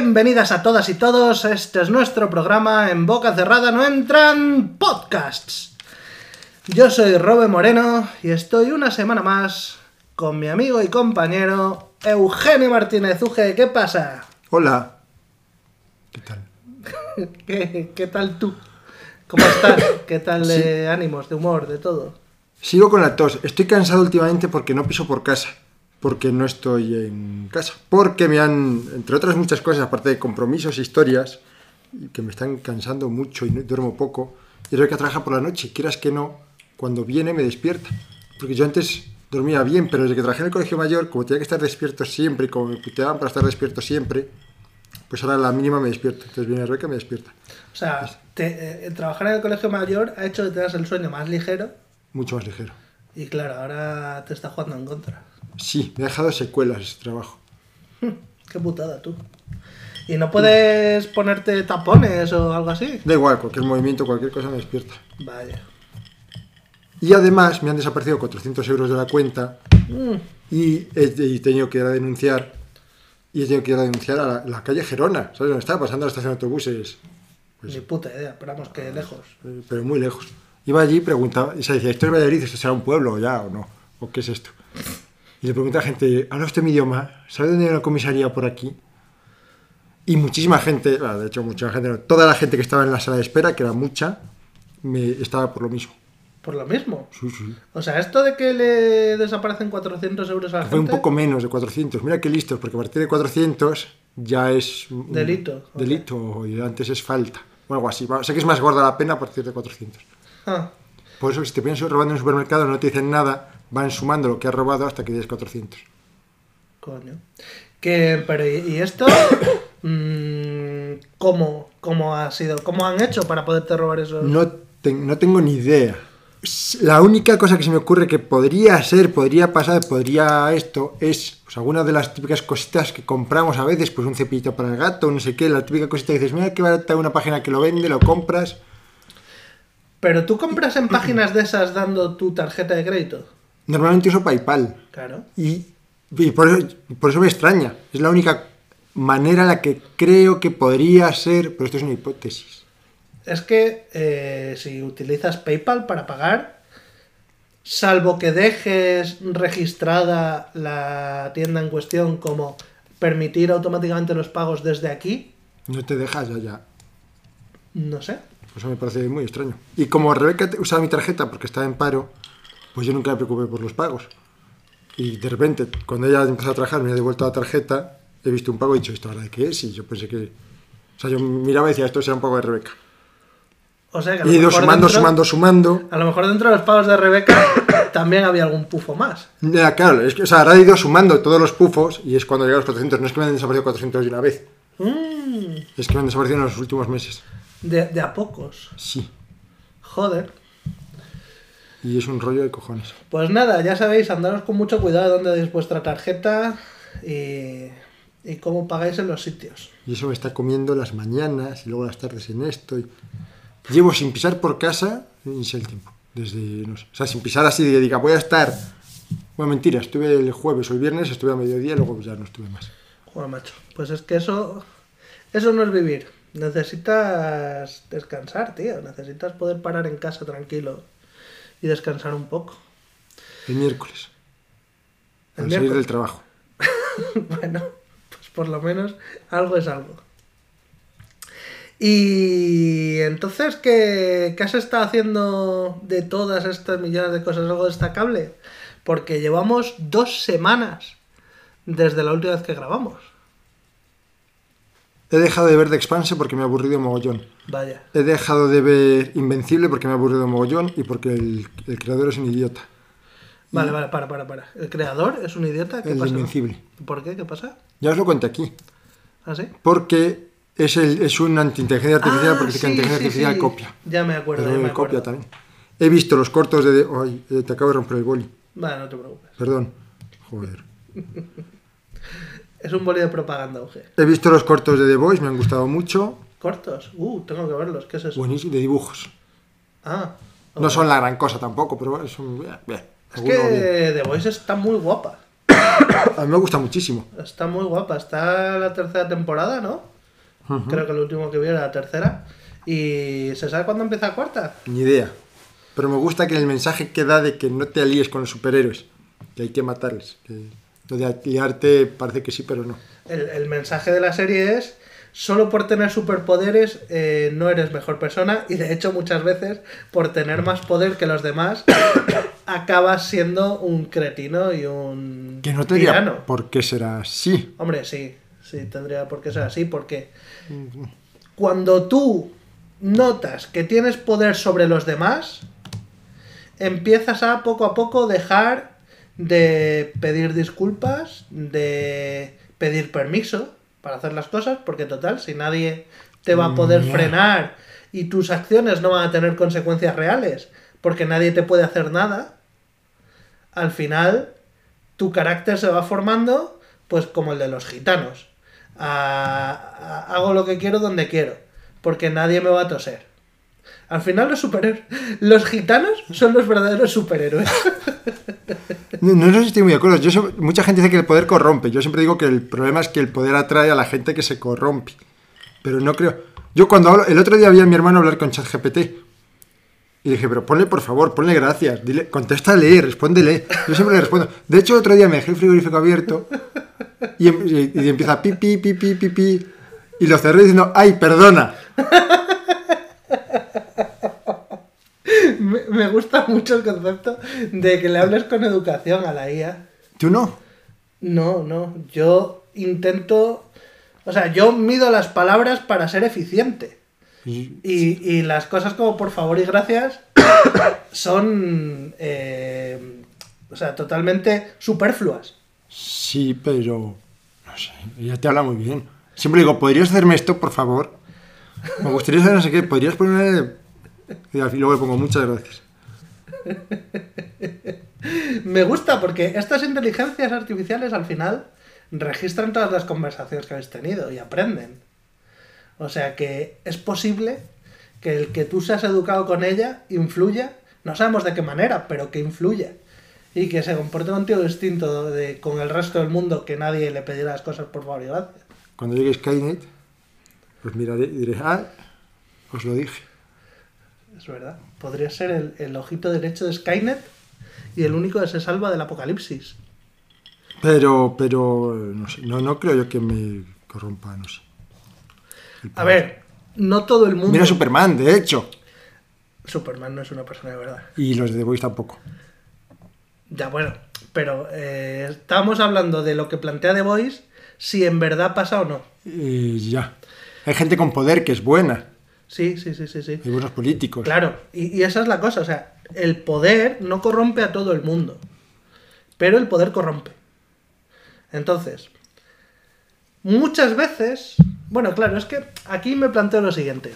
Bienvenidas a todas y todos, este es nuestro programa En Boca Cerrada No Entran Podcasts. Yo soy Robe Moreno y estoy una semana más con mi amigo y compañero Eugenio Martínez. Uge, ¿qué pasa? Hola. ¿Qué tal? ¿Qué tal tú? ¿Cómo estás? ¿Qué tal de ánimos, de humor, de todo? Sigo con la tos. Estoy cansado últimamente porque no piso por casa. Porque no estoy en casa. Porque me han, entre otras muchas cosas, aparte de compromisos e historias, que me están cansando mucho y duermo poco, y Rebeca trabaja por la noche. Quieras que no, cuando viene me despierta. Porque yo antes dormía bien, pero desde que trabajé en el colegio mayor, como tenía que estar despierto siempre, y como me puteaban para estar despierto siempre, pues ahora a la mínima me despierto. Entonces viene Rebeca y me despierta. O sea, trabajar en el colegio mayor ha hecho que tengas el sueño más ligero. Mucho más ligero. Y claro, ahora te está jugando en contra. Sí, me ha dejado secuelas ese trabajo. Qué putada, tú. ¿Y no puedes ponerte tapones o algo así? Da igual, cualquier movimiento, cualquier cosa me despierta. Vaya. Y además me han desaparecido 400 euros de la cuenta y he tenido que ir a denunciar. Y he tenido que ir a denunciar a la calle Gerona, ¿sabes dónde está? Pasando a la estación de autobuses. Pues, Ni puta idea, esperamos que lejos. pero muy lejos. Iba allí y preguntaba, y se decía, ¿esto es Valladolid? ¿Esto será un pueblo ya o no? ¿O qué es esto? Y le pregunta a gente, ¿habla usted mi idioma? ¿Sabe dónde hay una comisaría por aquí? Y muchísima gente, de hecho mucha gente, no, toda la gente que estaba en la sala de espera, que era mucha, estaba por lo mismo. ¿Por lo mismo? Sí, sí. O sea, esto de que le desaparecen 400 euros a la gente... Fue un poco menos de 400. Mira qué listos, porque a partir de 400 ya es... Delito. Delito, y antes es falta. O algo así. Sé que es más gorda la pena a partir de 400. Ah. Por eso, si te piensas robando en un supermercado, no te dicen nada, van sumando lo que has robado hasta que tienes 400. Coño. Pero ¿y esto? ¿Cómo ha sido? ¿Cómo han hecho para poderte robar eso? No tengo ni idea. La única cosa que se me ocurre que podría ser, podría pasar, podría esto, es pues, alguna de las típicas cositas que compramos a veces, pues un cepillito para el gato, no sé qué, la típica cosita que dices, mira que barata una página que lo vende, lo compras. ¿Pero tú compras en páginas de esas dando tu tarjeta de crédito? Normalmente uso PayPal. Claro. Y por eso me extraña. Es la única manera en la que creo que podría ser, pero esto es una hipótesis. Es que si utilizas PayPal para pagar, salvo que dejes registrada la tienda en cuestión como permitir automáticamente los pagos desde aquí, No te dejas ya. no sé. Eso me parece muy extraño. Y como Rebeca usaba mi tarjeta porque estaba en paro, pues yo nunca me preocupé por los pagos. Y de repente, cuando ella empezó a trabajar, me ha devuelto la tarjeta, he visto un pago y he dicho, ¿esto ahora de qué es? Y yo pensé que... O sea, yo miraba y decía, esto será un pago de Rebeca. O sea que Y he ido sumando. A lo mejor dentro de los pagos de Rebeca también había algún pufo más. Ya, claro, es que, o sea, ahora he ido sumando todos los pufos y es cuando llegan los 400. No es que me han desaparecido 400 de una vez. Es que me han desaparecido en los últimos meses. De a pocos. Sí. Joder. Y es un rollo de cojones. Pues nada, ya sabéis, andaros con mucho cuidado de dónde deis vuestra tarjeta y cómo pagáis en los sitios. Y eso me está comiendo las mañanas y luego las tardes en esto. Llevo sin pisar por casa, ni sé el tiempo. Desde, no sé. O sea, sin pisar así de diga, voy a estar... Bueno, mentira, estuve el jueves o el viernes, estuve a mediodía y luego ya no estuve más. Joder, macho. Pues es que eso no es vivir. Necesitas descansar, tío. Necesitas poder parar en casa tranquilo y descansar un poco. El miércoles. ¿El Al salir miércoles? del trabajo. Bueno, pues por lo menos algo es algo. Y entonces, ¿qué has estado haciendo de todas estas millones de cosas? ¿Algo destacable? Porque llevamos 2 semanas desde la última vez que grabamos. He dejado de ver The Expanse porque me ha aburrido mogollón. Vaya. He dejado de ver Invencible porque me ha aburrido mogollón y porque el creador es un idiota. Vale, para. ¿El creador es un idiota? ¿Qué El de pasa? Invencible. ¿Por qué? ¿Qué pasa? Ya os lo conté aquí. ¿Ah, sí? Porque es una anti-inteligencia artificial porque dice que la inteligencia artificial copia. Ya me acuerdo, Pero ya me él copia acuerdo. también. He visto los cortos de... Ay, te acabo de romper el boli. Vale, no te preocupes. Perdón. Joder. Es un boli de propaganda, Uge. He visto los cortos de The Voice, me han gustado mucho. ¿Cortos? Tengo que verlos. ¿Qué es eso? Buenísimo, de dibujos. Ah. No son la gran cosa tampoco, pero bueno, son... Bien. Es que The Voice está muy guapa. A mí me gusta muchísimo. Está muy guapa. Está la 3ª temporada, ¿no? Creo que el último que vi era la tercera. ¿Y se sabe cuándo empieza la cuarta? Ni idea. Pero me gusta que el mensaje que da de que no te alíes con los superhéroes, que hay que matarles. Que lo de aliarte parece que sí, pero no. El mensaje de la serie es: solo por tener superpoderes no eres mejor persona, y de hecho muchas veces por tener más poder que los demás acabas siendo un cretino y un Que no tendría tirano. por qué será así. Hombre, sí tendría por qué ser así, porque cuando tú notas que tienes poder sobre los demás, empiezas a poco dejar de pedir disculpas, de pedir permiso para hacer las cosas, porque total, si nadie te va a poder frenar y tus acciones no van a tener consecuencias reales, porque nadie te puede hacer nada, al final tu carácter se va formando pues como el de los gitanos. Hago lo que quiero donde quiero, porque nadie me va a toser. Al final los gitanos son los verdaderos superhéroes. No sé si estoy muy de acuerdo. Mucha gente dice que el poder corrompe. Yo siempre digo que el problema es que el poder atrae a la gente que se corrompe. Pero no creo. Yo cuando hablo, el otro día vi a mi hermano hablar con ChatGPT y dije, pero ponle por favor, ponle gracias, dile, contéstale, respóndele. Yo siempre le respondo. De hecho, el otro día me dejé el frigorífico abierto y empieza pi, pi, pi, pi, pi, pi, y lo cerré diciendo, ay, perdona. Me gusta mucho el concepto de que le hables con educación a la IA. ¿Tú no? No, yo intento... O sea, yo mido las palabras para ser eficiente. Y las cosas como por favor y gracias son... o sea, totalmente superfluas. Sí, pero... No sé, ella te habla muy bien. Siempre digo, ¿podrías hacerme esto, por favor? Me gustaría saber no sé qué, ¿podrías ponerme...? Y luego le pongo muchas gracias. Me gusta porque estas inteligencias artificiales al final registran todas las conversaciones que habéis tenido y aprenden. O sea que es posible que el que tú seas educado con ella influya, no sabemos de qué manera, pero que influya. Y que se comporte contigo distinto con el resto del mundo, que nadie le pedirá las cosas por favor y gracias. Cuando llegue Skynet, pues miraré y diré, os lo dije. Es verdad. Podría ser el ojito derecho de Skynet y el único que se salva del apocalipsis. Pero no sé, no creo yo que me corrompa, no sé. A ver, no todo el mundo... Mira Superman, de hecho. Superman no es una persona de verdad. Y los de The Voice tampoco. Ya, bueno, pero estábamos hablando de lo que plantea The Voice, si en verdad pasa o no. Ya. Hay gente con poder que es buena. Sí. Hay buenos políticos. Claro, y esa es la cosa, o sea, el poder no corrompe a todo el mundo, pero el poder corrompe. Entonces, muchas veces... Bueno, claro, es que aquí me planteo lo siguiente.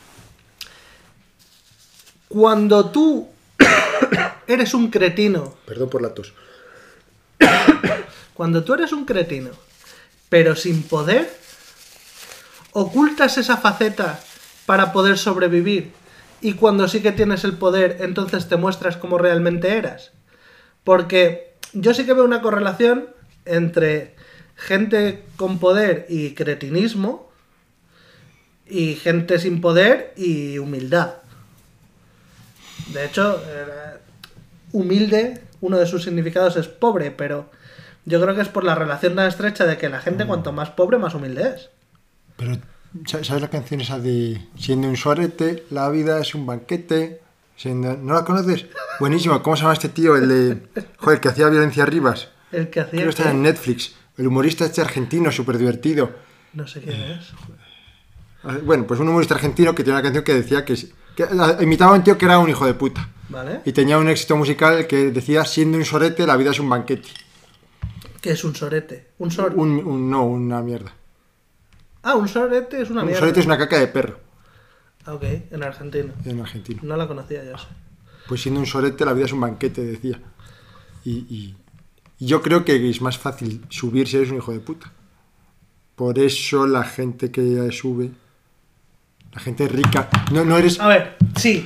Cuando tú eres un cretino... Perdón por la tos. Cuando tú eres un cretino, pero sin poder, ocultas esa faceta para poder sobrevivir, y cuando sí que tienes el poder, entonces te muestras como realmente eras. Porque yo sí que veo una correlación entre gente con poder y cretinismo, y gente sin poder y humildad. De hecho, humilde, uno de sus significados es pobre, pero yo creo que es por la relación tan estrecha de que la gente cuanto más pobre, más humilde es. Pero, ¿sabes la canción esa de siendo un sorete, la vida es un banquete? ¿No la conoces? Buenísimo. ¿Cómo se llama este tío? El de... Joder, el que hacía Violencia Rivas. El que hacía... Creo que está en Netflix. El humorista este argentino, súper divertido. No sé quién es. Bueno, pues un humorista argentino que tiene una canción que decía que imitaba a un tío que era un hijo de puta. ¿Vale? Y tenía un éxito musical que decía, siendo un sorete, la vida es un banquete. ¿Qué es un sorete? No, una mierda. Ah, un sorete es una mierda. Un sorete es una caca de perro. Ah, ok, en argentino. En argentino. No la conocía yo. Pues siendo un sorete, la vida es un banquete, decía. Y yo creo que es más fácil subir si eres un hijo de puta. Por eso la gente que sube, la gente rica, no eres... A ver, sí.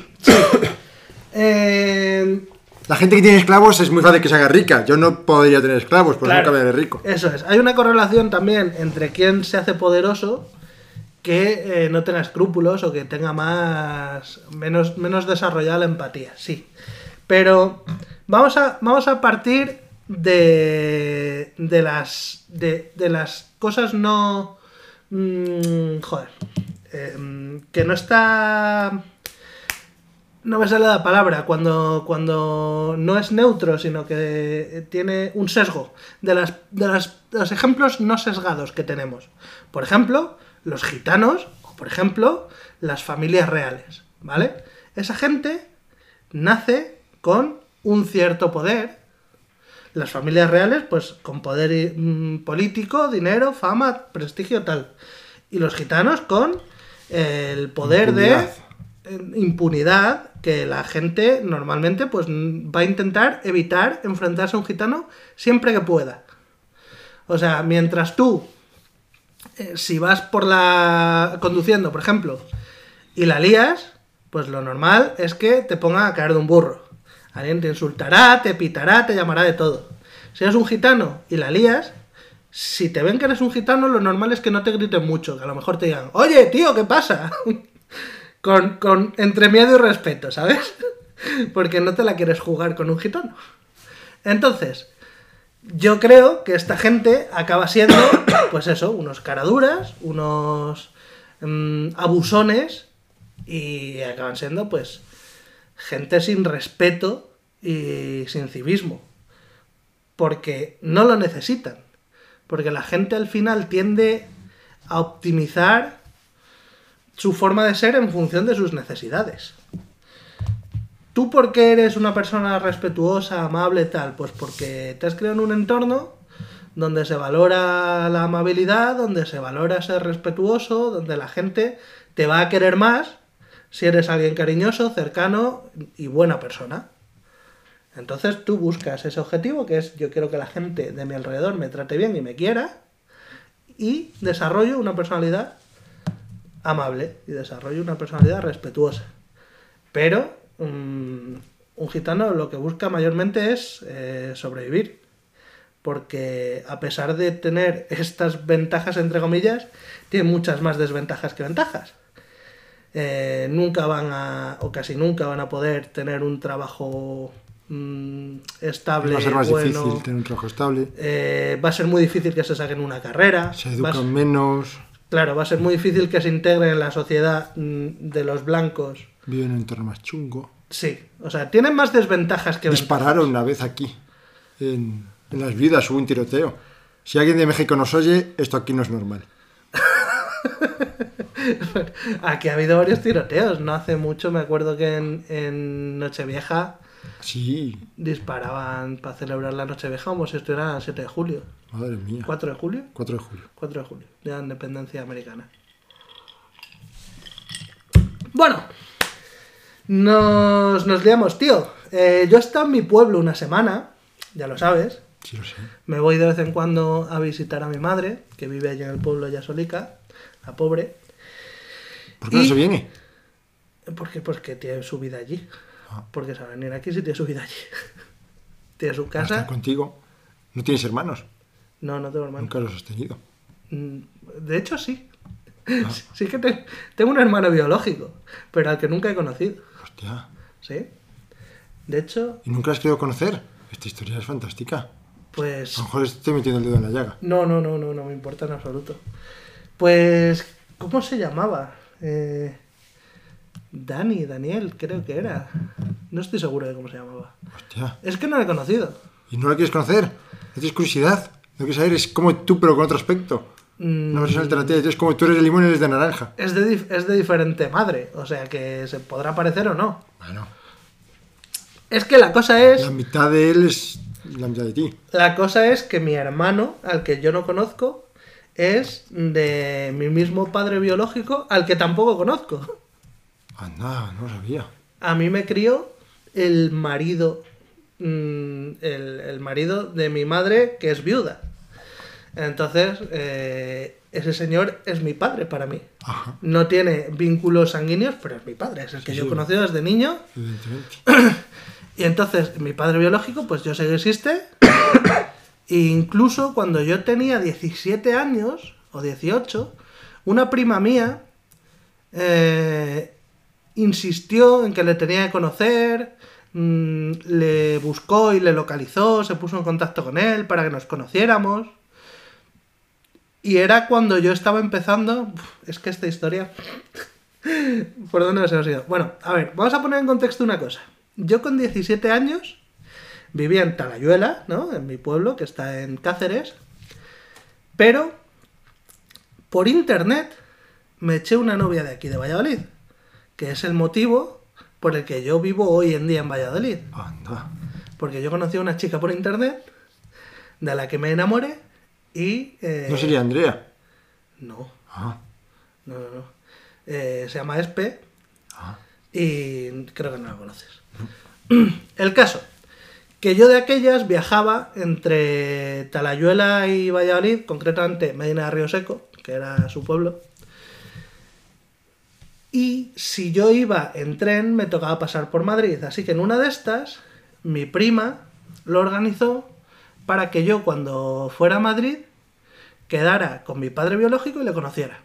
La gente que tiene esclavos es muy fácil que se haga rica. Yo no podría tener esclavos, por Claro, nunca me haré rico. Eso es. Hay una correlación también entre quién se hace poderoso que no tenga escrúpulos o que tenga menos desarrollada la empatía, sí. Pero vamos a partir de las cosas no... que no está... No me sale la palabra, cuando no es neutro, sino que tiene un sesgo, de los ejemplos no sesgados que tenemos. Por ejemplo, los gitanos, o por ejemplo, las familias reales, ¿vale? Esa gente nace con un cierto poder. Las familias reales, pues con poder político, dinero, fama, prestigio, tal. Y los gitanos con el poder de impunidad, que la gente normalmente pues va a intentar evitar enfrentarse a un gitano siempre que pueda. O sea, mientras tú, si vas conduciendo, por ejemplo, y la lías, pues lo normal es que te pongan a caer de un burro. Alguien te insultará, te pitará, te llamará de todo. Si eres un gitano y la lías, si te ven que eres un gitano, lo normal es que no te griten mucho, que a lo mejor te digan, oye, tío, ¿qué pasa? Entre miedo y respeto, ¿sabes? Porque no te la quieres jugar con un gitano. Entonces, yo creo que esta gente acaba siendo, pues eso, unos caraduras, unos abusones, y acaban siendo, pues, gente sin respeto y sin civismo. Porque no lo necesitan. Porque la gente al final tiende a optimizar su forma de ser en función de sus necesidades. ¿Tú por qué eres una persona respetuosa, amable, tal? Pues porque te has creado en un entorno donde se valora la amabilidad, donde se valora ser respetuoso, donde la gente te va a querer más si eres alguien cariñoso, cercano y buena persona. Entonces tú buscas ese objetivo, que es yo quiero que la gente de mi alrededor me trate bien y me quiera, y desarrollo una personalidad amable y desarrollo una personalidad respetuosa. Pero un gitano lo que busca mayormente es sobrevivir, porque a pesar de tener estas ventajas, entre comillas, tiene muchas más desventajas que ventajas. Nunca van a, o casi nunca van a poder tener un trabajo estable, va a ser más bueno, difícil tener un trabajo estable. Va a ser muy difícil que se saquen una carrera. Se educan menos. Claro, va a ser muy difícil que se integren en la sociedad de los blancos. Viven en un entorno más chungo. Sí, o sea, tienen más desventajas que Dispararon una vez aquí. En Las Viudas hubo un tiroteo. Si alguien de México nos oye, esto aquí no es normal. Aquí ha habido varios tiroteos. No hace mucho me acuerdo que en Nochevieja sí disparaban para celebrar la Nochevieja como si estuviera el 7 de julio. Madre mía. ¿4 de julio? 4 de julio. 4 de julio, de la independencia americana. Bueno, nos liamos, tío. Yo he estado en mi pueblo una semana, ya lo sabes. Sí, lo sé. Me voy de vez en cuando a visitar a mi madre, que vive allí en el pueblo ya solica, la pobre. ¿Por qué no se viene? Porque tiene su vida allí. Porque se va a venir aquí si tiene su vida allí. Tiene su casa. ¿Está contigo? ¿No tienes hermanos? No tengo hermanos. Nunca los has tenido. De hecho, sí. Sí que tengo un hermano biológico, pero al que nunca he conocido. Hostia. ¿Sí? De hecho... ¿Y nunca has querido conocer? Esta historia es fantástica. Pues... A lo mejor estoy metiendo el dedo en la llaga. No me importa en absoluto. Pues... ¿Cómo se llamaba? Daniel, creo que era. No estoy seguro de cómo se llamaba. Hostia. Es que no lo he conocido. ¿Y no la quieres conocer? ¿No tienes curiosidad? ¿No quieres saber? Es como tú, pero con otro aspecto. Una versión alternativa. Es como tú eres de limón y eres de naranja. Es de diferente madre. O sea que se podrá parecer o no. Bueno. Es que la cosa es... La mitad de él es la mitad de ti. La cosa es que mi hermano, al que yo no conozco, es de mi mismo padre biológico, al que tampoco conozco. Anda, no lo sabía. A mí me crió el marido, el marido de mi madre, que es viuda. Entonces, ese señor es mi padre para mí. Ajá. No tiene vínculos sanguíneos, pero es mi padre, es el que yo he conocido desde niño. Evidentemente. Y entonces, mi padre biológico, pues yo sé que existe. E incluso cuando yo tenía 17 años, o 18, una prima mía insistió en que le tenía que conocer, le buscó y le localizó, se puso en contacto con él para que nos conociéramos. Y era cuando yo estaba empezando... Es que esta historia... ¿Por dónde se nos ha ido? Bueno, a ver, vamos a poner en contexto una cosa. Yo con 17 años vivía en Talayuela, ¿no? En mi pueblo, que está en Cáceres. Pero por internet me eché una novia de aquí, de Valladolid. Que es el motivo por el que yo vivo hoy en día en Valladolid. Anda. Porque yo conocí a una chica por internet, de la que me enamoré, y... ¿No sería Andrea? No, Ah. no. Se llama Espe, Ah. y creo que no la conoces. El caso, que yo de aquellas viajaba entre Talayuela y Valladolid, concretamente Medina de Río Seco, que era su pueblo. Y si yo iba en tren, me tocaba pasar por Madrid. Así que en una de estas, mi prima lo organizó para que yo, cuando fuera a Madrid, quedara con mi padre biológico y le conociera.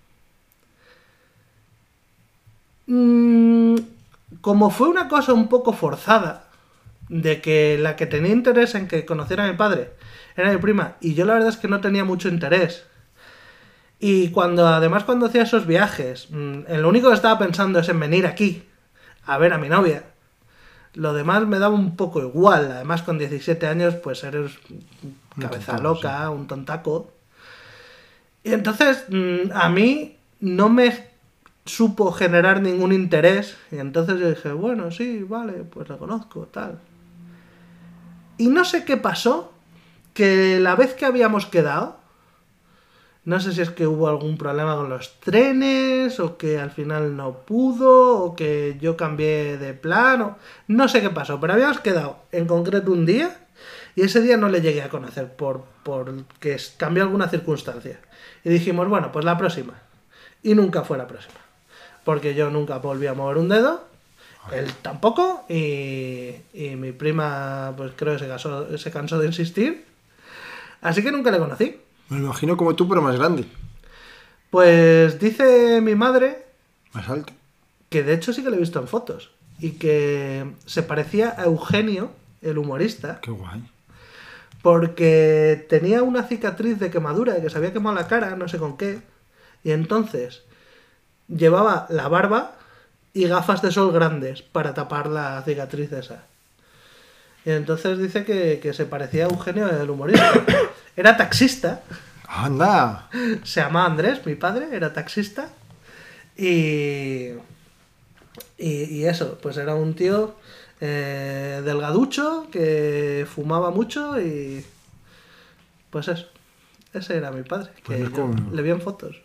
Como fue una cosa un poco forzada, de que la que tenía interés en que conociera a mi padre era mi prima, y yo la verdad es que no tenía mucho interés. Y además cuando hacía esos viajes, en lo único que estaba pensando es en venir aquí a ver a mi novia. Lo demás me daba un poco igual. Además con 17 años pues eres cabeza loca, un tontaco. Y entonces a mí no me supo generar ningún interés. Y entonces yo dije, bueno, sí, vale, pues la conozco, tal. Y no sé qué pasó, que la vez que habíamos quedado, no sé si es que hubo algún problema con los trenes, o que al final no pudo, o que yo cambié de plan, o... no sé qué pasó, pero habíamos quedado en concreto un día, y ese día no le llegué a conocer porque cambió alguna circunstancia. Y dijimos, bueno, pues la próxima. Y nunca fue la próxima. Porque yo nunca volví a mover un dedo, él tampoco, y mi prima, pues creo que se cansó de insistir, así que nunca le conocí. Me lo imagino como tú, pero más grande. Pues dice mi madre Más alto. que de hecho sí que lo he visto en fotos y que se parecía a Eugenio, el humorista. Qué guay. Porque tenía una cicatriz de quemadura, de que se había quemado la cara, no sé con qué, y entonces llevaba la barba y gafas de sol grandes para tapar la cicatriz esa. Y entonces dice que se parecía a Eugenio, el humorista. Era taxista. ¡Anda! Se llamaba Andrés, mi padre, era taxista. Y eso, pues era un tío delgaducho que fumaba mucho y... Pues eso. Ese era mi padre, que Pues yo le vi en fotos.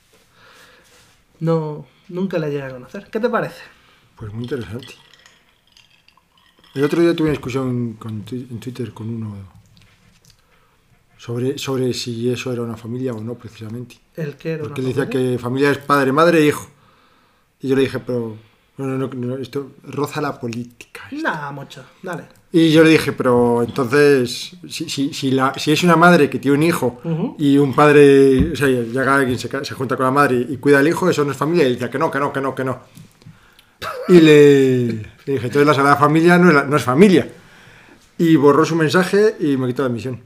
No, nunca le llegué a conocer. ¿Qué te parece? Pues muy interesante. El otro día tuve una discusión en Twitter con uno sobre si eso era una familia o no, precisamente. ¿El qué era? Porque una él decía familia? que familia es padre, madre e hijo. Y yo le dije, pero no, esto roza la política. Nah, mucho. Dale. Y yo le dije, pero entonces, si es una madre que tiene un hijo y un padre, o sea, llega alguien, se junta con la madre y cuida al hijo, eso no es familia. Y él decía que no. Y le dije, entonces la Sagrada Familia no es familia. Y borró su mensaje y me quitó la admisión.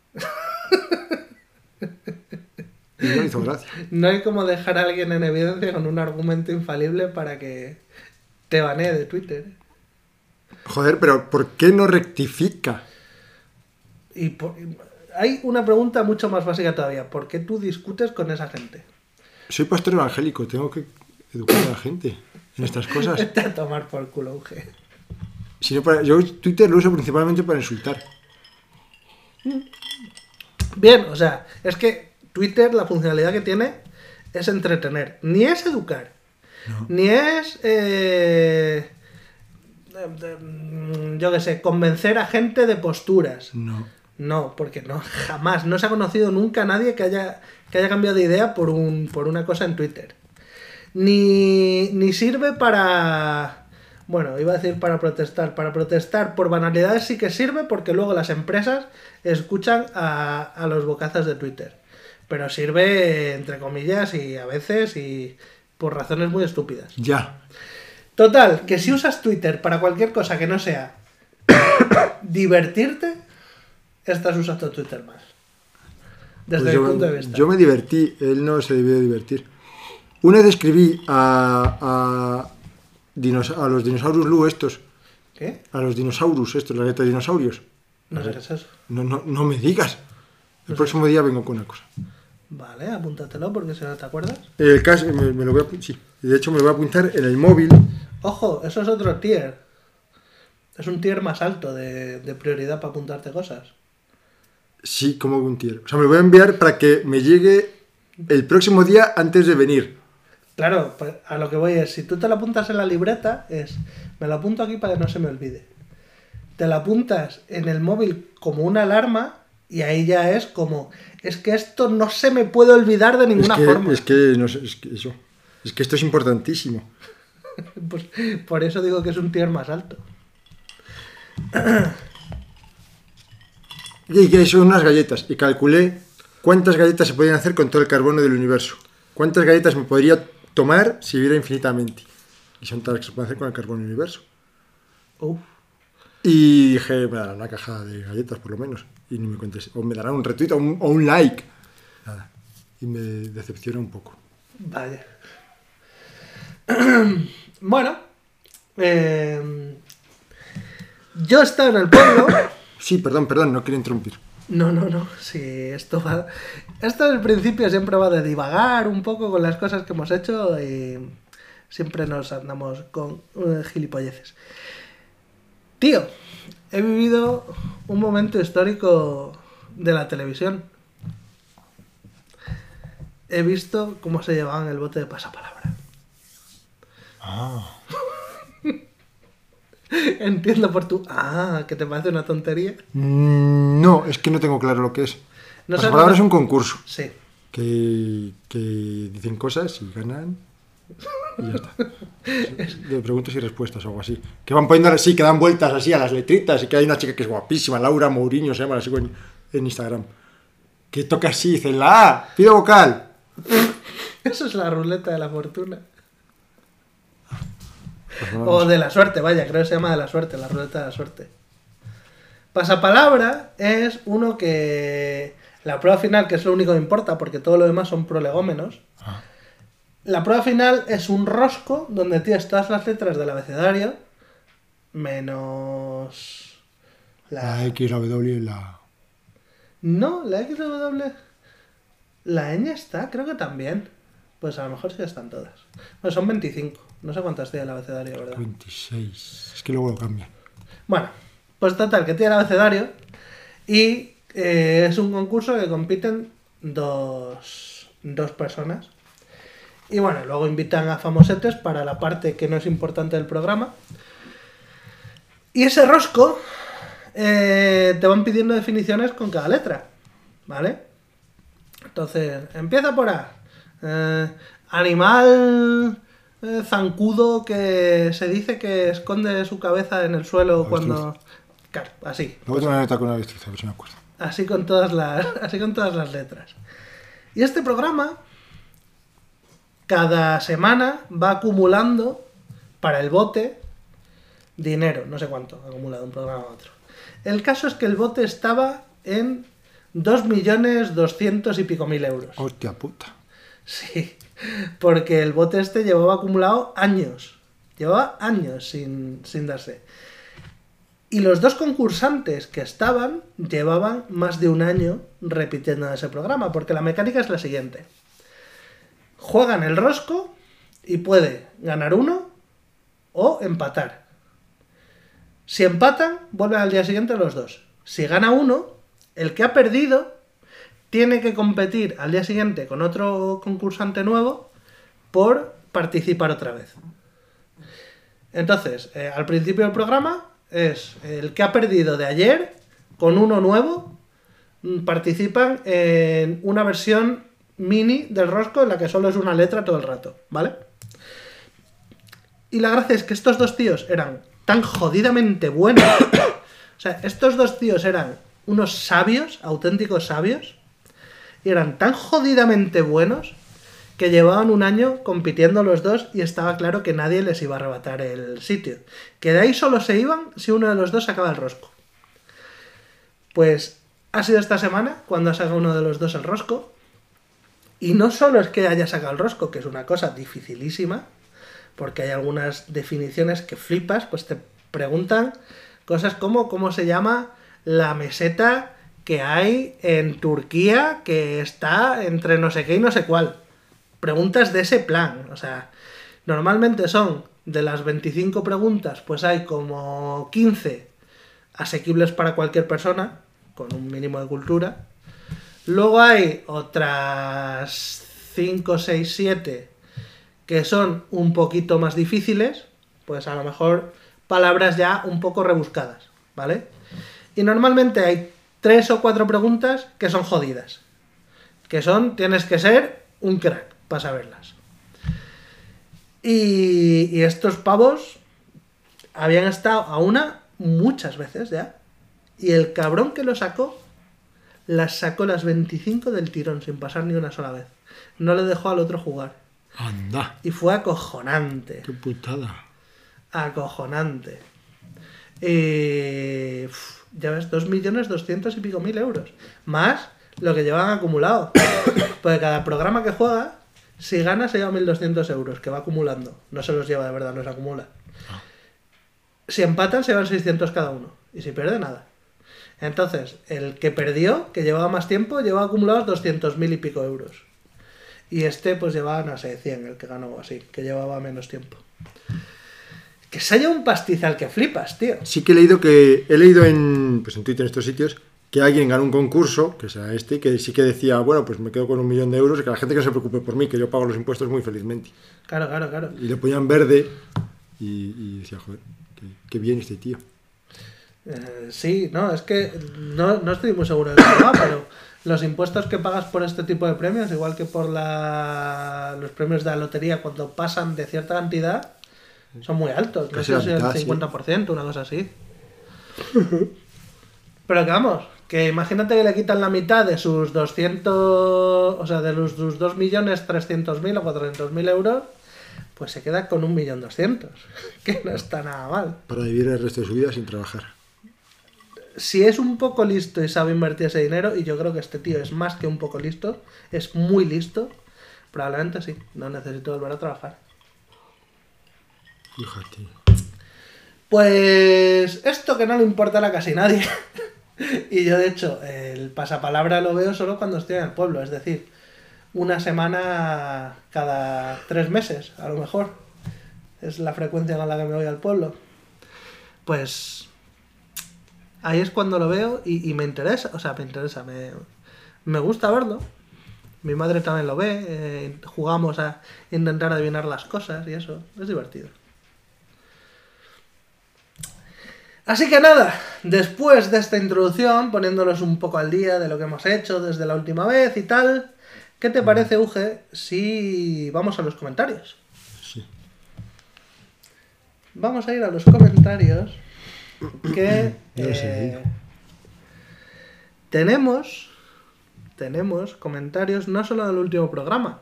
Y no le hizo gracia. No hay como dejar a alguien en evidencia con un argumento infalible para que te banee de Twitter. Joder, pero ¿por qué no rectifica? Hay una pregunta mucho más básica todavía. ¿Por qué tú discutes con esa gente? Soy pastor evangélico, tengo que educar a la gente en estas cosas. Vete a tomar por culo, Uge. Yo Twitter lo uso principalmente para insultar. Bien, o sea, es que Twitter, la funcionalidad que tiene es entretener. Ni es educar. No. Ni es... yo qué sé, convencer a gente de posturas. No, porque no, jamás. No se ha conocido nunca a nadie que haya cambiado de idea por una cosa en Twitter. Ni sirve para... Bueno, iba a decir para protestar. Para protestar por banalidades sí que sirve porque luego las empresas escuchan a los bocazas de Twitter. Pero sirve, entre comillas, y a veces, y por razones muy estúpidas. Ya. Total, que si usas Twitter para cualquier cosa que no sea divertirte, estás usando Twitter más. Desde Pues mi punto de vista. yo me divertí, él no se debió divertir. Una vez escribí a los dinosaurios Lu estos, ¿Qué? a los dinosaurios estos, la neta de dinosaurios. No sé qué es eso. No me digas. El próximo día vengo con una cosa. Vale, apúntatelo porque si no te acuerdas. El caso, me lo voy a sí. De hecho, me lo voy a apuntar en el móvil. Ojo, eso es otro tier. Es un tier más alto de prioridad para apuntarte cosas. Sí, como un tier. O sea, me lo voy a enviar para que me llegue el próximo día antes de venir. Claro, pues a lo que voy es, si tú te lo apuntas en la libreta, me lo apunto aquí para que no se me olvide. Te lo apuntas en el móvil como una alarma y ahí ya es como, es que esto no se me puede olvidar de ninguna forma. Es que, no sé, es que eso. Es que esto es importantísimo. Pues por eso digo que es un tier más alto. Y que son unas galletas. Y calculé cuántas galletas se podían hacer con todo el carbono del universo. Cuántas galletas me podría tomar si viviera infinitamente. Y son todas las que se pueden hacer con el carbono del universo. Uf. Y dije, me darán una caja de galletas por lo menos. Y no me contesté. O me darán un retweet o un like. Nada. Y me decepciona un poco. Vaya. Bueno. Yo estaba en el pueblo. Sí, perdón, no quería interrumpir. No. Sí, esto va. Esto al principio siempre va de divagar un poco con las cosas que hemos hecho y siempre nos andamos con gilipolleces. Tío, he vivido un momento histórico de la televisión. He visto cómo se llevaban el bote de pasapalabra. Ah. Entiendo por tu... que te parece una tontería. No, es que no tengo claro lo que es. No Las sé, palabras no- es un concurso. Sí. Que dicen cosas y ganan. Y ya está. De preguntas y respuestas o algo así. Que van poniendo así, que dan vueltas así a las letritas. Y que hay una chica que es guapísima, Laura Mourinho se llama, la sigo en Instagram. Que toca así, dice la A, pide vocal. Eso es la ruleta de la fortuna. Pues O de la suerte, vaya, creo que se llama de la suerte, la ruleta de la suerte. Pasapalabra es uno que... La prueba final, que es lo único que importa, porque todo lo demás son prolegómenos. Ah. La prueba final es un rosco donde tienes todas las letras del abecedario, menos... La X, la W y la... No, la X, la W... La ñ está, creo que también. Pues a lo mejor sí están todas. Bueno, son 25. No sé cuántas tiene el abecedario, ¿verdad? 26. Es que luego lo cambian. Bueno, pues total, que tiene el abecedario y es un concurso que compiten dos personas. Y bueno, luego invitan a famosetes para la parte que no es importante del programa. Y ese rosco te van pidiendo definiciones con cada letra, ¿vale? Entonces, empieza por A. Animal zancudo que se dice que esconde su cabeza en el suelo Avestruz. cuando... Claro, así. Luego tengo una nota con una avestruz, a ver si me acuerdo. Así con todas las letras. Y este programa, cada semana va acumulando para el bote dinero. No sé cuánto ha acumulado un programa a otro. El caso es que el bote estaba en 2.200.000 y pico euros. Hostia puta. Sí, porque el bote este llevaba acumulado años. Llevaba años sin darse. Y los dos concursantes que estaban llevaban más de un año repitiendo ese programa, porque la mecánica es la siguiente. Juegan el rosco y puede ganar uno o empatar. Si empatan, vuelven al día siguiente los dos. Si gana uno, el que ha perdido tiene que competir al día siguiente con otro concursante nuevo por participar otra vez. Entonces, al principio del programa es el que ha perdido de ayer con uno nuevo, participan en una versión mini del rosco en la que solo es una letra todo el rato, ¿vale? Y la gracia es que estos dos tíos eran tan jodidamente buenos. O sea, estos dos tíos eran unos sabios, auténticos sabios, y eran tan jodidamente buenos que llevaban un año compitiendo los dos y estaba claro que nadie les iba a arrebatar el sitio. Que de ahí solo se iban si uno de los dos sacaba el rosco. Pues ha sido esta semana cuando ha sacado uno de los dos el rosco. Y no solo es que haya sacado el rosco, que es una cosa dificilísima, porque hay algunas definiciones que flipas, pues te preguntan cosas como cómo se llama la meseta que hay en Turquía que está entre no sé qué y no sé cuál. Preguntas de ese plan, o sea, normalmente son de las 25 preguntas, pues hay como 15 asequibles para cualquier persona, con un mínimo de cultura. Luego hay otras 5, 6, 7 que son un poquito más difíciles, pues a lo mejor palabras ya un poco rebuscadas, ¿vale? Y normalmente hay 3 o 4 preguntas que son jodidas, que son, tienes que ser un crack para saberlas. Y estos pavos habían estado a una muchas veces ya, y el cabrón que lo sacó, las sacó las 25 del tirón sin pasar ni una sola vez. No le dejó al otro jugar. Anda. Y fue acojonante. Qué putada. Acojonante. Ya ves, 2.200.000 y pico euros. Más lo que llevan acumulado. Porque cada programa que juega, si gana se lleva 1.200 euros, que va acumulando. No se los lleva de verdad, los acumula. Si empatan, se llevan 600 cada uno. Y si pierde, nada. Entonces, el que perdió, que llevaba más tiempo, llevaba acumulados 200.000 y pico euros. Y este, pues llevaba, no sé, 100, el que ganó así, que llevaba menos tiempo. Que se haya un pastizal que flipas, tío. Sí que he leído en Twitter, en estos sitios, que alguien ganó un concurso, que sea este, que sí que decía, bueno, pues me quedo con 1.000.000 de euros y que la gente que no se preocupe por mí, que yo pago los impuestos muy felizmente. Claro. Y le ponían verde y decía, joder, qué bien este tío. Sí, no, es que no estoy muy seguro de verdad, pero los impuestos que pagas por este tipo de premios, igual que por los premios de la lotería, cuando pasan de cierta cantidad, son muy altos. No sé si el 50%, una cosa así. Pero que vamos, que imagínate que le quitan la mitad de sus 200, o sea, de sus 2.300.000 o 400.000 euros, pues se queda con 1.200.000, que no está nada mal. Para vivir el resto de su vida sin trabajar. Si es un poco listo y sabe invertir ese dinero, y yo creo que este tío es más que un poco listo, es muy listo, probablemente sí, no necesito volver a trabajar. Fíjate. Pues esto que no le importará a casi nadie. Y yo, de hecho, el pasapalabra lo veo solo cuando estoy en el pueblo, es decir, una semana cada 3 meses, a lo mejor. Es la frecuencia con la que me voy al pueblo. Pues ahí es cuando lo veo y me interesa, me gusta verlo. Mi madre también lo ve, jugamos a intentar adivinar las cosas y eso, es divertido. Así que nada, después de esta introducción, poniéndolos un poco al día de lo que hemos hecho desde la última vez y tal, ¿qué te parece, Uge, si vamos a los comentarios? Sí. Vamos a ir a los comentarios que tenemos comentarios no solo del último programa.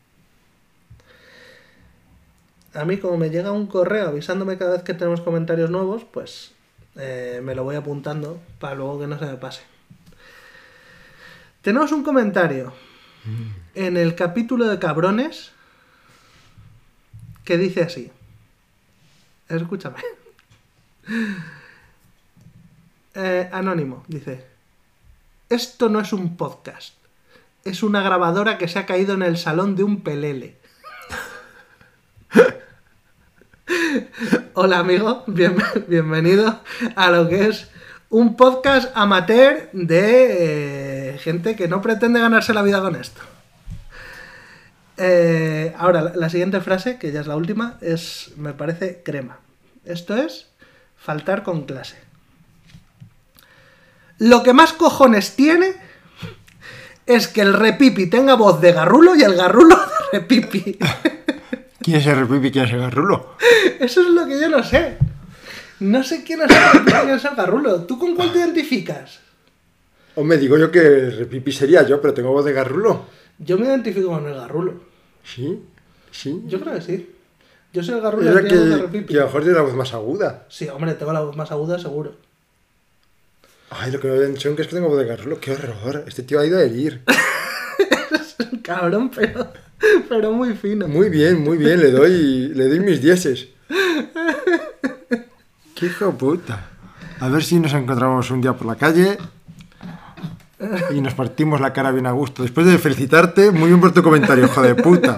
A mí, como me llega un correo avisándome cada vez que tenemos comentarios nuevos, pues me lo voy apuntando para luego que no se me pase. Tenemos un comentario en el capítulo de Cabrones que dice así. Escúchame. Anónimo, dice: esto no es un podcast, es una grabadora que se ha caído en el salón de un pelele. Hola amigo, bienvenido a lo que es un podcast amateur de gente que no pretende ganarse la vida con esto. Ahora, la siguiente frase, que ya es la última, me parece crema. Esto es faltar con clase. Lo que más cojones tiene es que el Repipi tenga voz de Garrulo y el Garrulo de Repipi. ¿Quién es el Repipi y quién es el Garrulo? Eso es lo que yo no sé. No sé quién es el Repipi y quién es el Garrulo. ¿Tú con cuál te identificas? O me digo yo que el repipi sería yo, pero tengo voz de garrulo. Yo me identifico con el garrulo. ¿Sí? ¿Sí? Yo creo que sí. Yo soy el garrulo Era y que, el de repipi. que a lo mejor tiene la voz más aguda. Sí, hombre, tengo la voz más aguda, seguro. Ay, lo que me habían dicho que es que tengo voz de garrulo. ¡Qué horror! Este tío ha ido a herir. Es un cabrón, pero muy fino. Muy bien, le doy mis dieces. ¡Qué hijo de puta! A ver si nos encontramos un día por la calle y nos partimos la cara bien a gusto. Después de felicitarte, muy bien por tu comentario, hijo de puta.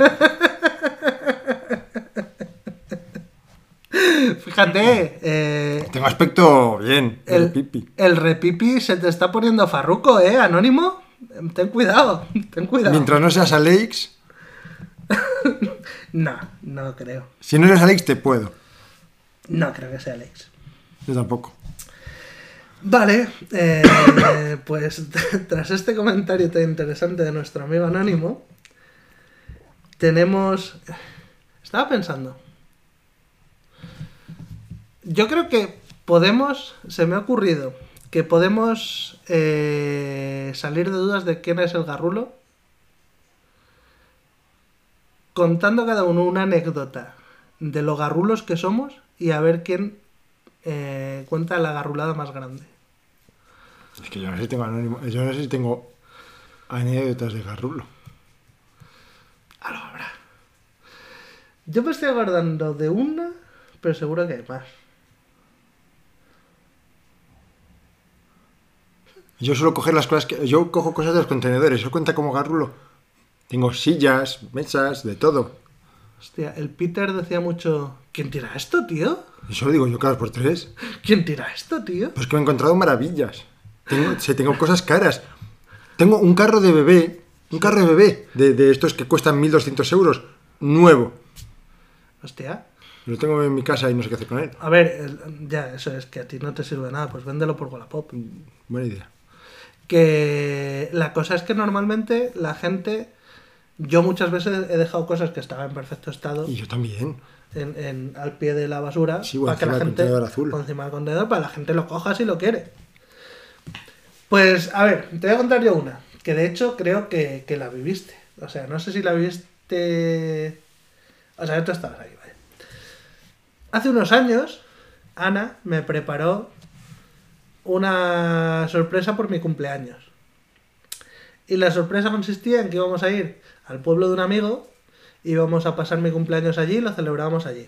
Fíjate, Tengo aspecto bien, el pipi. el repipi se te está poniendo farruco, Anónimo. Ten cuidado, ten cuidado. Mientras no seas Alex, No creo. si no eres Alex te puedo. No creo que sea Alex. Yo tampoco. Vale, pues tras este comentario tan interesante de nuestro amigo Anónimo, tenemos... Estaba pensando. Yo creo que se me ha ocurrido que podemos salir de dudas de quién es el garrulo contando cada uno una anécdota de lo garrulos que somos y a ver quién cuenta la garrulada más grande. Es que yo no sé si tengo anécdotas de garrulo. Algo habrá. Yo me estoy acordando de una, pero seguro que hay más. Yo suelo coger las cosas que... Yo cojo cosas de los contenedores, eso cuenta como garrulo. Tengo sillas, mesas, de todo. Hostia, el Peter decía mucho... ¿Quién tira esto, tío? Eso lo digo yo cada 2x3. ¿Quién tira esto, tío? Pues que me he encontrado maravillas. Tengo cosas caras. Tengo un carro de bebé. Un carro de bebé. De estos que cuestan 1.200 euros. Nuevo. Hostia. Lo tengo en mi casa y no sé qué hacer con él. A ver, ya, eso es que a ti no te sirve nada. Pues véndelo por Wallapop. Buena idea. Que la cosa es que normalmente la gente... Yo muchas veces he dejado cosas que estaban en perfecto estado Y yo también. al pie de la basura, Sí, para que la encima del gente, contenedor azul. o encima del contenedor, para que la gente lo coja si lo quiere. Pues, a ver, te voy a contar yo una, que de hecho creo que la viviste. O sea, no sé si la viviste... O sea, tú estabas ahí, vale. Hace unos años, Ana me preparó una sorpresa por mi cumpleaños. Y la sorpresa consistía en que íbamos a ir al pueblo de un amigo, íbamos a pasar mi cumpleaños allí y lo celebrábamos allí.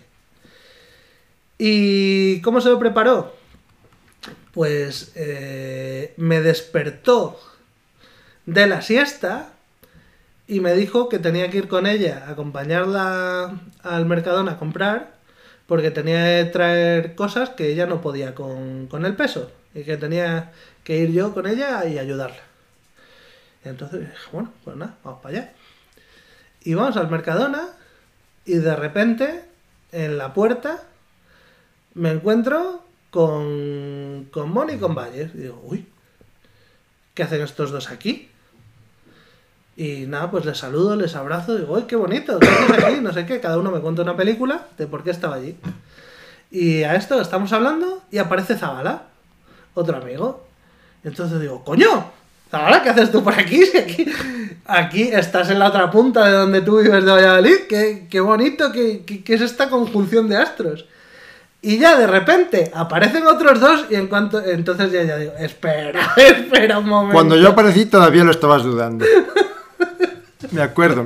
¿Y cómo se lo preparó? Pues me despertó de la siesta y me dijo que tenía que ir con ella a acompañarla al Mercadona a comprar porque tenía que traer cosas que ella no podía con el peso y que tenía que ir yo con ella y ayudarla. Entonces dije, bueno, pues nada, vamos para allá. Y vamos al Mercadona y de repente en la puerta me encuentro con Moni y con Valles. Y digo, uy, ¿qué hacen estos dos aquí? Y nada, pues les saludo, les abrazo, digo, uy, qué bonito, ¿qué haces aquí? No sé qué, cada uno me cuenta una película de por qué estaba allí. Y a esto estamos hablando y aparece Zabala, otro amigo. Entonces digo, coño, Zabala, ¿qué haces tú por aquí? Si aquí estás en la otra punta de donde tú vives de Valladolid, qué bonito, qué es esta conjunción de astros. Y ya de repente aparecen otros dos y entonces ya digo, espera un momento. Cuando yo aparecí todavía lo estabas dudando. Me acuerdo.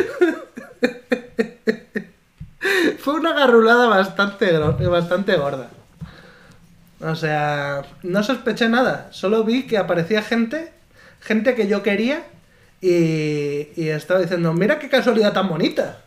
Fue una garrulada bastante gorda. O sea, no sospeché nada. Solo vi que aparecía gente que yo quería y estaba diciendo, mira qué casualidad tan bonita.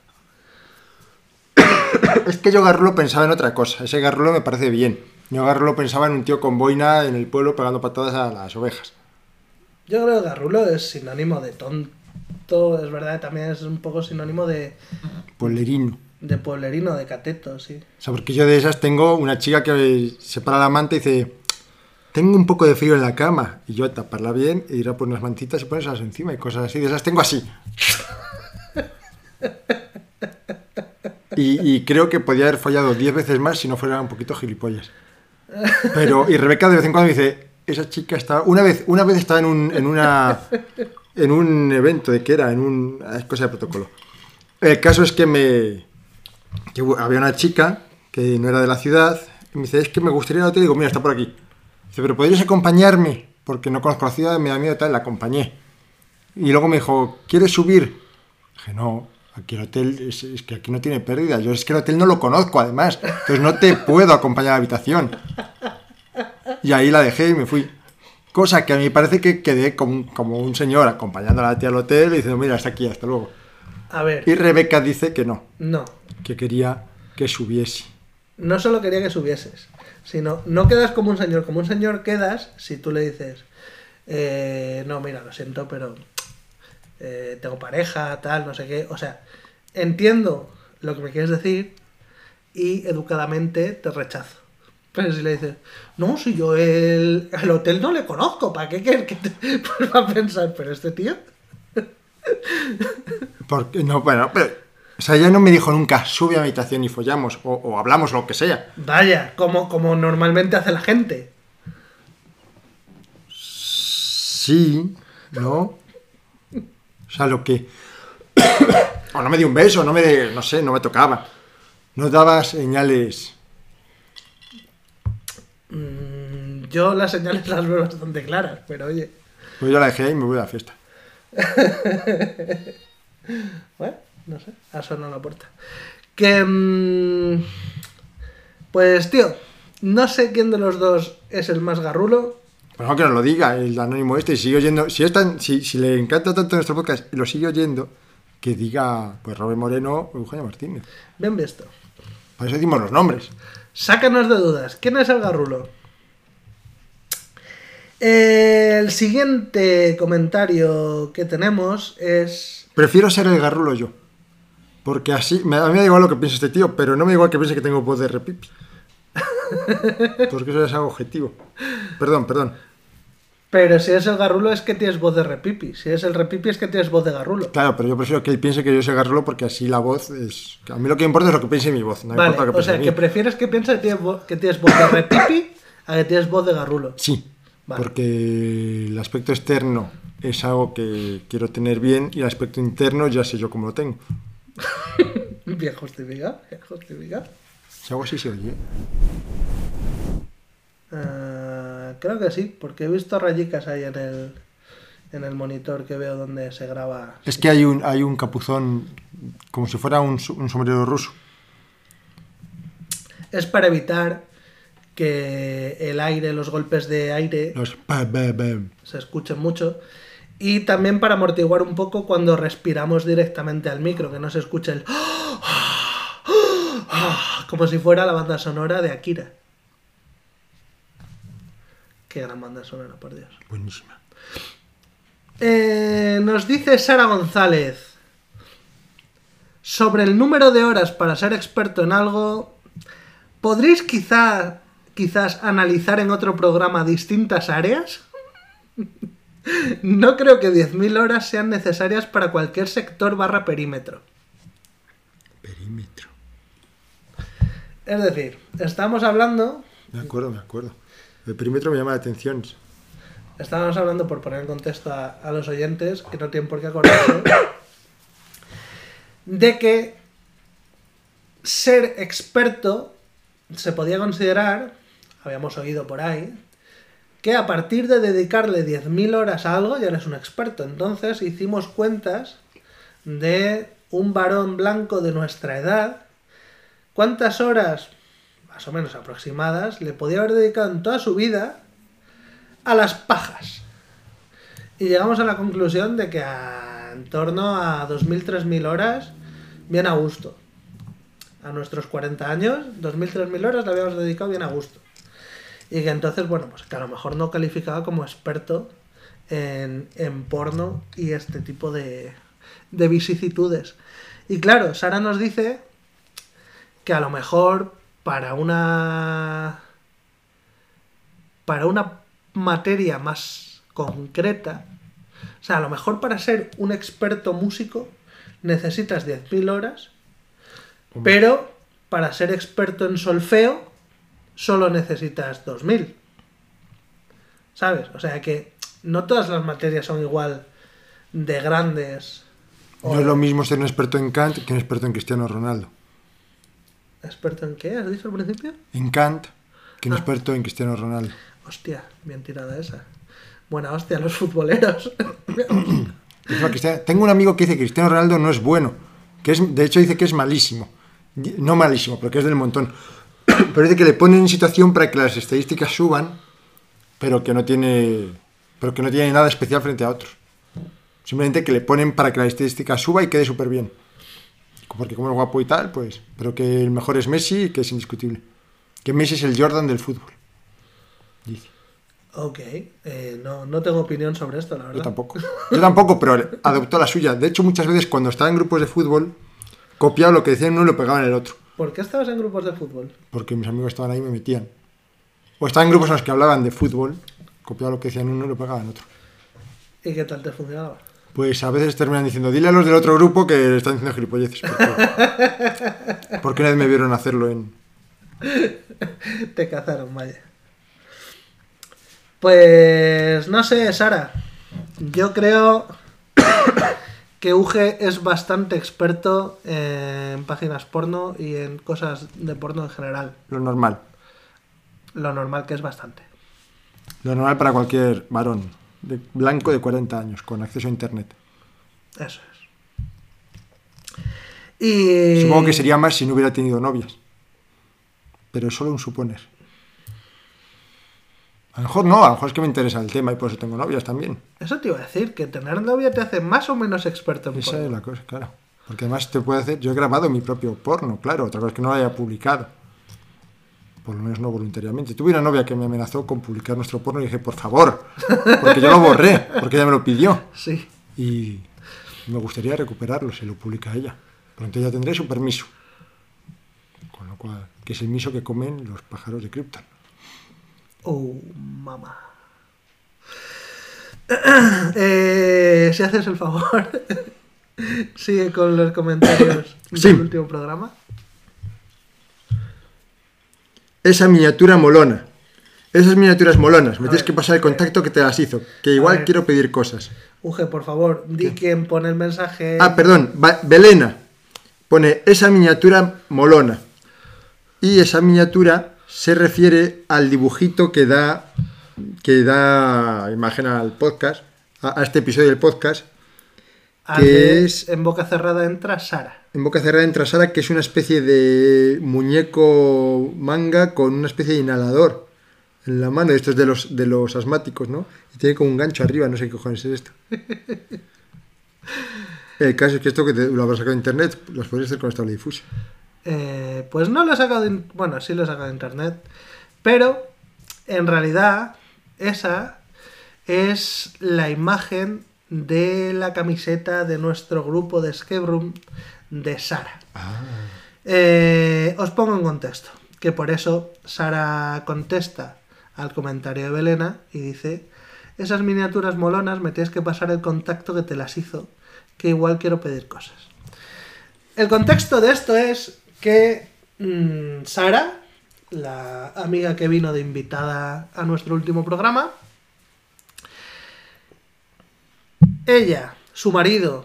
Es que yo garrulo pensaba en otra cosa. Ese garrulo me parece bien. Yo garrulo pensaba en un tío con boina en el pueblo pegando patadas a las ovejas. Yo creo que garrulo es sinónimo de tonto, es verdad, también es un poco sinónimo de... Pueblerino. De pueblerino, de cateto, sí. O sea, porque yo de esas tengo una chica que se para la manta y dice, tengo un poco de frío en la cama. Y yo a taparla bien, e ir a poner unas mantitas y ponerlas encima y cosas así. De esas tengo así. Y creo que podía haber fallado 10 veces más si no fuera un poquito gilipollas. Y Rebeca de vez en cuando me dice, esa chica estaba... Una vez estaba en un evento de que era, cosa de protocolo. El caso es que había una chica que no era de la ciudad y me dice, es que me gustaría ir al hotel. Y digo, mira, está por aquí. Dice, pero ¿podrías acompañarme? Porque no conozco la ciudad, me da miedo tal. La acompañé. Y luego me dijo, ¿quieres subir? Dije, no, aquí el hotel es que aquí no tiene pérdida. Yo es que el hotel no lo conozco, además. Entonces no te puedo acompañar a la habitación. Y ahí la dejé y me fui. Cosa que a mí me parece que quedé como un señor acompañando a la tía al hotel y diciendo, mira, hasta aquí, hasta luego. A ver. Y Rebeca dice que no. No. Que quería que subiese. No solo quería que subieses, sino no quedas como un señor. Como un señor quedas si tú le dices, no, mira, lo siento, pero tengo pareja, tal, no sé qué. O sea, entiendo lo que me quieres decir y educadamente te rechazo. Pero si le dices, no, si yo el hotel no le conozco, ¿para qué quieres que te pues va a pensar? Pero este tío... Porque no, bueno, pero... O sea, ella no me dijo nunca, sube a mi habitación y follamos, o hablamos, lo que sea. Vaya, como normalmente hace la gente. Sí, ¿no? O sea, lo que... O no me dio un beso, no me tocaba. No daba señales... Yo las señales las veo bastante claras, pero oye... Pues yo la dejé y me voy a la fiesta. Bueno, no sé, ha sonado la puerta. Que... pues, tío, no sé quién de los dos es el más garrulo. Pues no, que nos lo diga el anónimo este. Y sigue oyendo... Si le encanta tanto nuestro podcast y lo sigue oyendo, que diga, pues, Robert Moreno o Eugenio Martínez. Bien visto. Por eso decimos los nombres. Sácanos de dudas. ¿Quién es el garrulo? El siguiente comentario que tenemos es... Prefiero ser el garrulo yo. Porque así... A mí me da igual lo que piense este tío, pero no me da igual que piense que tengo voz de repipi. Porque eso es algo objetivo. Perdón. Pero si es el garrulo es que tienes voz de repipi. Si es el repipi es que tienes voz de garrulo. Claro, pero yo prefiero que él piense que yo soy garrulo porque así la voz es... A mí lo que me importa es lo que piense mi voz. No vale, importa lo que o sea, piense que prefieres que piense que tienes voz de repipi a que tienes voz de garrulo. Sí, vale. Porque el aspecto externo es algo que quiero tener bien y el aspecto interno ya sé yo cómo lo tengo. Bien justificado. Si algo así se oye. Creo que sí, porque he visto rayicas ahí en el monitor que veo donde se graba. Es que hay un capuzón como si fuera un sombrero ruso. Es para evitar que el aire, los golpes de aire se escuchen mucho. Y también para amortiguar un poco cuando respiramos directamente al micro, que no se escuche el... como si fuera la banda sonora de Akira. Qué gran banda sonora, por Dios. Buenísima. Nos dice Sara González, sobre el número de horas para ser experto en algo, ¿podréis quizás analizar en otro programa distintas áreas? No creo que 10.000 horas sean necesarias para cualquier sector / perímetro. Perímetro. Es decir, estamos hablando... Me acuerdo. El perímetro me llama la atención. Estábamos hablando, por poner en contexto a los oyentes, que no tienen por qué acordarse, de que ser experto se podía considerar, habíamos oído por ahí, que a partir de dedicarle 10.000 horas a algo ya eres un experto. Entonces hicimos cuentas de un varón blanco de nuestra edad, cuántas horas, más o menos aproximadas, le podía haber dedicado en toda su vida a las pajas. Y llegamos a la conclusión de que en torno a 2.000-3.000 horas, bien a gusto. A nuestros 40 años, 2.000-3.000 horas le habíamos dedicado bien a gusto. Y que entonces, bueno, pues que a lo mejor no calificaba como experto en porno y este tipo de vicisitudes. Y claro, Sara nos dice que a lo mejor para una materia más concreta, o sea, a lo mejor para ser un experto músico necesitas 10.000 horas, pero para ser experto en solfeo solo necesitas 2.000. ¿sabes? O sea que no todas las materias son igual de grandes. No es lo mismo ser un experto en Kant que un experto en Cristiano Ronaldo. ¿Experto en qué? ¿Has dicho al principio? En Kant que un experto en Cristiano Ronaldo. Hostia, bien tirada esa. Buena hostia, los futboleros. Tengo un amigo que dice que Cristiano Ronaldo no es bueno. De hecho dice que es malísimo. No malísimo, pero que es del montón. Pero dice que le ponen en situación para que las estadísticas suban, pero que no tiene nada especial frente a otros. Simplemente que le ponen para que la estadística suba y quede súper bien. Porque como es guapo y tal, pues... Pero que el mejor es Messi y que es indiscutible. Que Messi es el Jordan del fútbol. Dice. Ok, no tengo opinión sobre esto, la verdad. Yo tampoco, pero adoptó la suya. De hecho, muchas veces cuando estaba en grupos de fútbol, copiaba lo que decían uno y lo pegaba en el otro. ¿Por qué estabas en grupos de fútbol? Porque mis amigos estaban ahí y me metían. O estaba en grupos en los que hablaban de fútbol, copiaba lo que decían uno y lo pegaba en otro. ¿Y qué tal te funcionaba? Pues a veces terminan diciendo, dile a los del otro grupo que están diciendo gilipolleces. Porque una vez me vieron hacerlo en... Te cazaron, vaya. Pues no sé, Sara. Yo creo que Uge es bastante experto en páginas porno y en cosas de porno en general. Lo normal. Lo normal que es bastante. Lo normal para cualquier varón blanco de 40 años con acceso a internet. Eso es. Y... Supongo que sería más si no hubiera tenido novias. Pero es solo un suponer. A lo mejor no, a lo mejor es que me interesa el tema y por eso tengo novias también. Eso te iba a decir, que tener novia te hace más o menos experto en porno. Esa es la cosa, claro. Porque además te puede hacer... Yo he grabado mi propio porno, claro. Otra cosa es que no lo haya publicado. Por lo menos no voluntariamente. Tuve una novia que me amenazó con publicar nuestro porno y dije, por favor, porque yo lo borré, porque ella me lo pidió. Sí. Y me gustaría recuperarlo si lo publica ella. Pronto ya tendré su permiso. Con lo cual, que es el miso que comen los pájaros de Krypton. Oh, mamá. Si haces el favor, sigue con los comentarios del último programa. Esa miniatura molona. Esas miniaturas molonas. Me tienes que pasar el contacto que te las hizo. Que igual quiero pedir cosas. Uge, por favor, di quién pone el mensaje. Ah, perdón. Belena. Pone esa miniatura molona. Y esa miniatura se refiere al dibujito que da imagen al podcast, a este episodio del podcast, que es... En boca cerrada entra Sara. En boca cerrada entra Sara, que es una especie de muñeco manga con una especie de inhalador en la mano. Esto es de los asmáticos, ¿no? Y tiene como un gancho arriba, no sé qué cojones es esto. El caso es que esto que lo habrás sacado de internet, lo podrías hacer con esta difusión. Pues no lo he sacado de... Bueno, sí lo he sacado de internet. Pero, en realidad, esa es la imagen de la camiseta de nuestro grupo de Escape Room de Sara. Os pongo en contexto. Que por eso Sara contesta al comentario de Belena y dice: esas miniaturas molonas, me tienes que pasar el contacto que te las hizo, que igual quiero pedir cosas. El contexto de esto es que Sara, la amiga que vino de invitada a nuestro último programa, ella, su marido,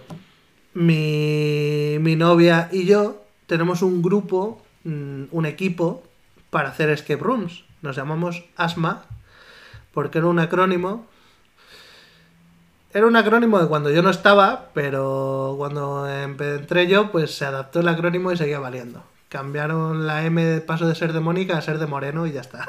mi novia y yo tenemos un grupo, un equipo para hacer escape rooms. Nos llamamos ASMA porque era un acrónimo. Era un acrónimo de cuando yo no estaba, pero cuando entré yo, pues se adaptó el acrónimo y seguía valiendo. Cambiaron la M de paso de ser de Mónica a ser de Moreno y ya está.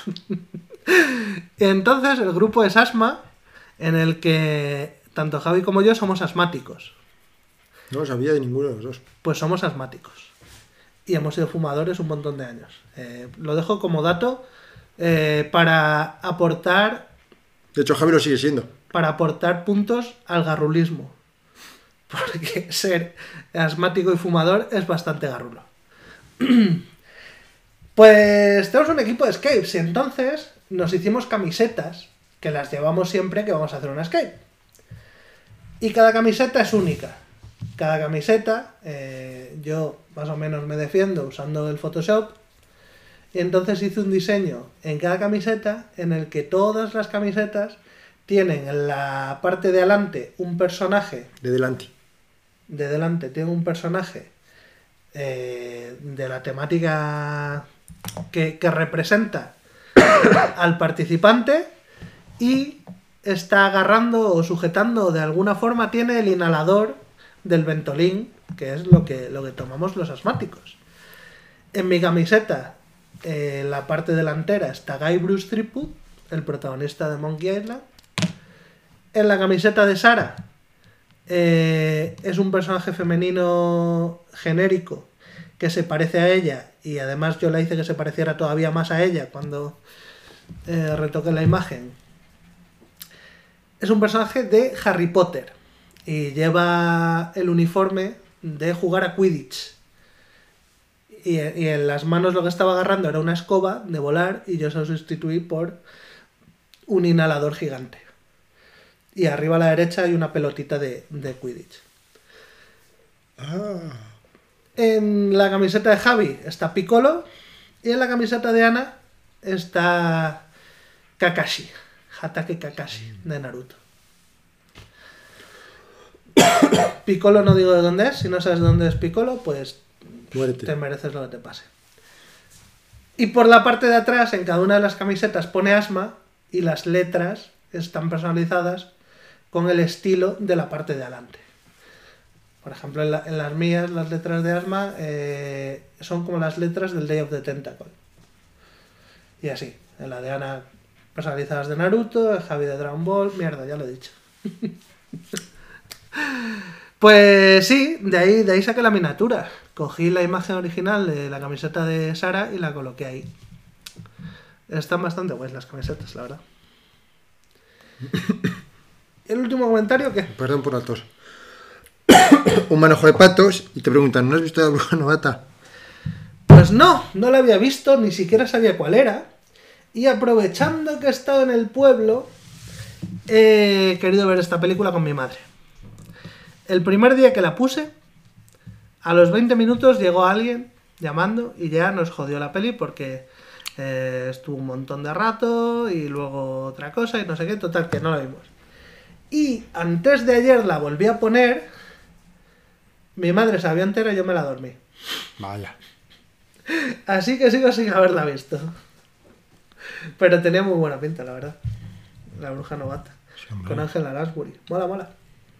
Entonces el grupo es ASMA, en el que tanto Javi como yo somos asmáticos. No sabía de ninguno de los dos. Pues somos asmáticos. Y hemos sido fumadores un montón de años. Lo dejo como dato para aportar... De hecho, Javi lo sigue siendo. Para aportar puntos al garrulismo. Porque ser asmático y fumador es bastante garrulo. Pues tenemos un equipo de escapes y entonces nos hicimos camisetas que las llevamos siempre que vamos a hacer un escape. Y cada camiseta es única. Cada camiseta, yo más o menos me defiendo usando el Photoshop Y entonces hice un diseño en cada camiseta en el que todas las camisetas tienen en la parte de adelante un personaje. De delante. De delante tiene un personaje de la temática que representa al participante y está agarrando o sujetando de alguna forma, tiene el inhalador del Ventolin, que es lo que tomamos los asmáticos. En mi camiseta, la parte delantera está Guy Bruce Threepwood, el protagonista de Monkey Island. En la camiseta de Sara es un personaje femenino genérico que se parece a ella, y además yo la hice que se pareciera todavía más a ella cuando retoqué la imagen. Es un personaje de Harry Potter y lleva el uniforme de jugar a Quidditch. Y en las manos lo que estaba agarrando era una escoba de volar, y yo se lo sustituí por un inhalador gigante. Y arriba a la derecha hay una pelotita de Quidditch. En la camiseta de Javi está Piccolo, y en la camiseta de Ana está Kakashi, Hatake Kakashi, de Naruto. Piccolo no digo de dónde es. Si no sabes de dónde es Piccolo, pues muérete. Te mereces lo que te pase. Y por la parte de atrás, en cada una de las camisetas pone Asma, y las letras están personalizadas con el estilo de la parte de adelante. Por ejemplo, en las mías, las letras de Asma son como las letras del Day of the Tentacle. Y así. En la de Ana, personalizadas de Naruto, el Javi de Dragon Ball. Mierda, ya lo he dicho. Pues sí, de ahí saqué la miniatura. Cogí la imagen original de la camiseta de Sara y la coloqué ahí. Están bastante guays las camisetas, la verdad. ¿El último comentario qué? Perdón por la tos. Un manojo de patos y te preguntan, ¿no has visto la bruja novata? Pues no la había visto, ni siquiera sabía cuál era. Y aprovechando que he estado en el pueblo, he querido ver esta película con mi madre. El primer día que la puse, a los 20 minutos llegó alguien llamando y ya nos jodió la peli porque estuvo un montón de rato y luego otra cosa y no sé qué, total, que no la vimos. Y antes de ayer la volví a poner, mi madre se había entera y yo me la dormí. Vaya. Así que sigo sin haberla visto. Pero tenía muy buena pinta, la verdad. La bruja novata. Sí, con Angela Lansbury. Mola.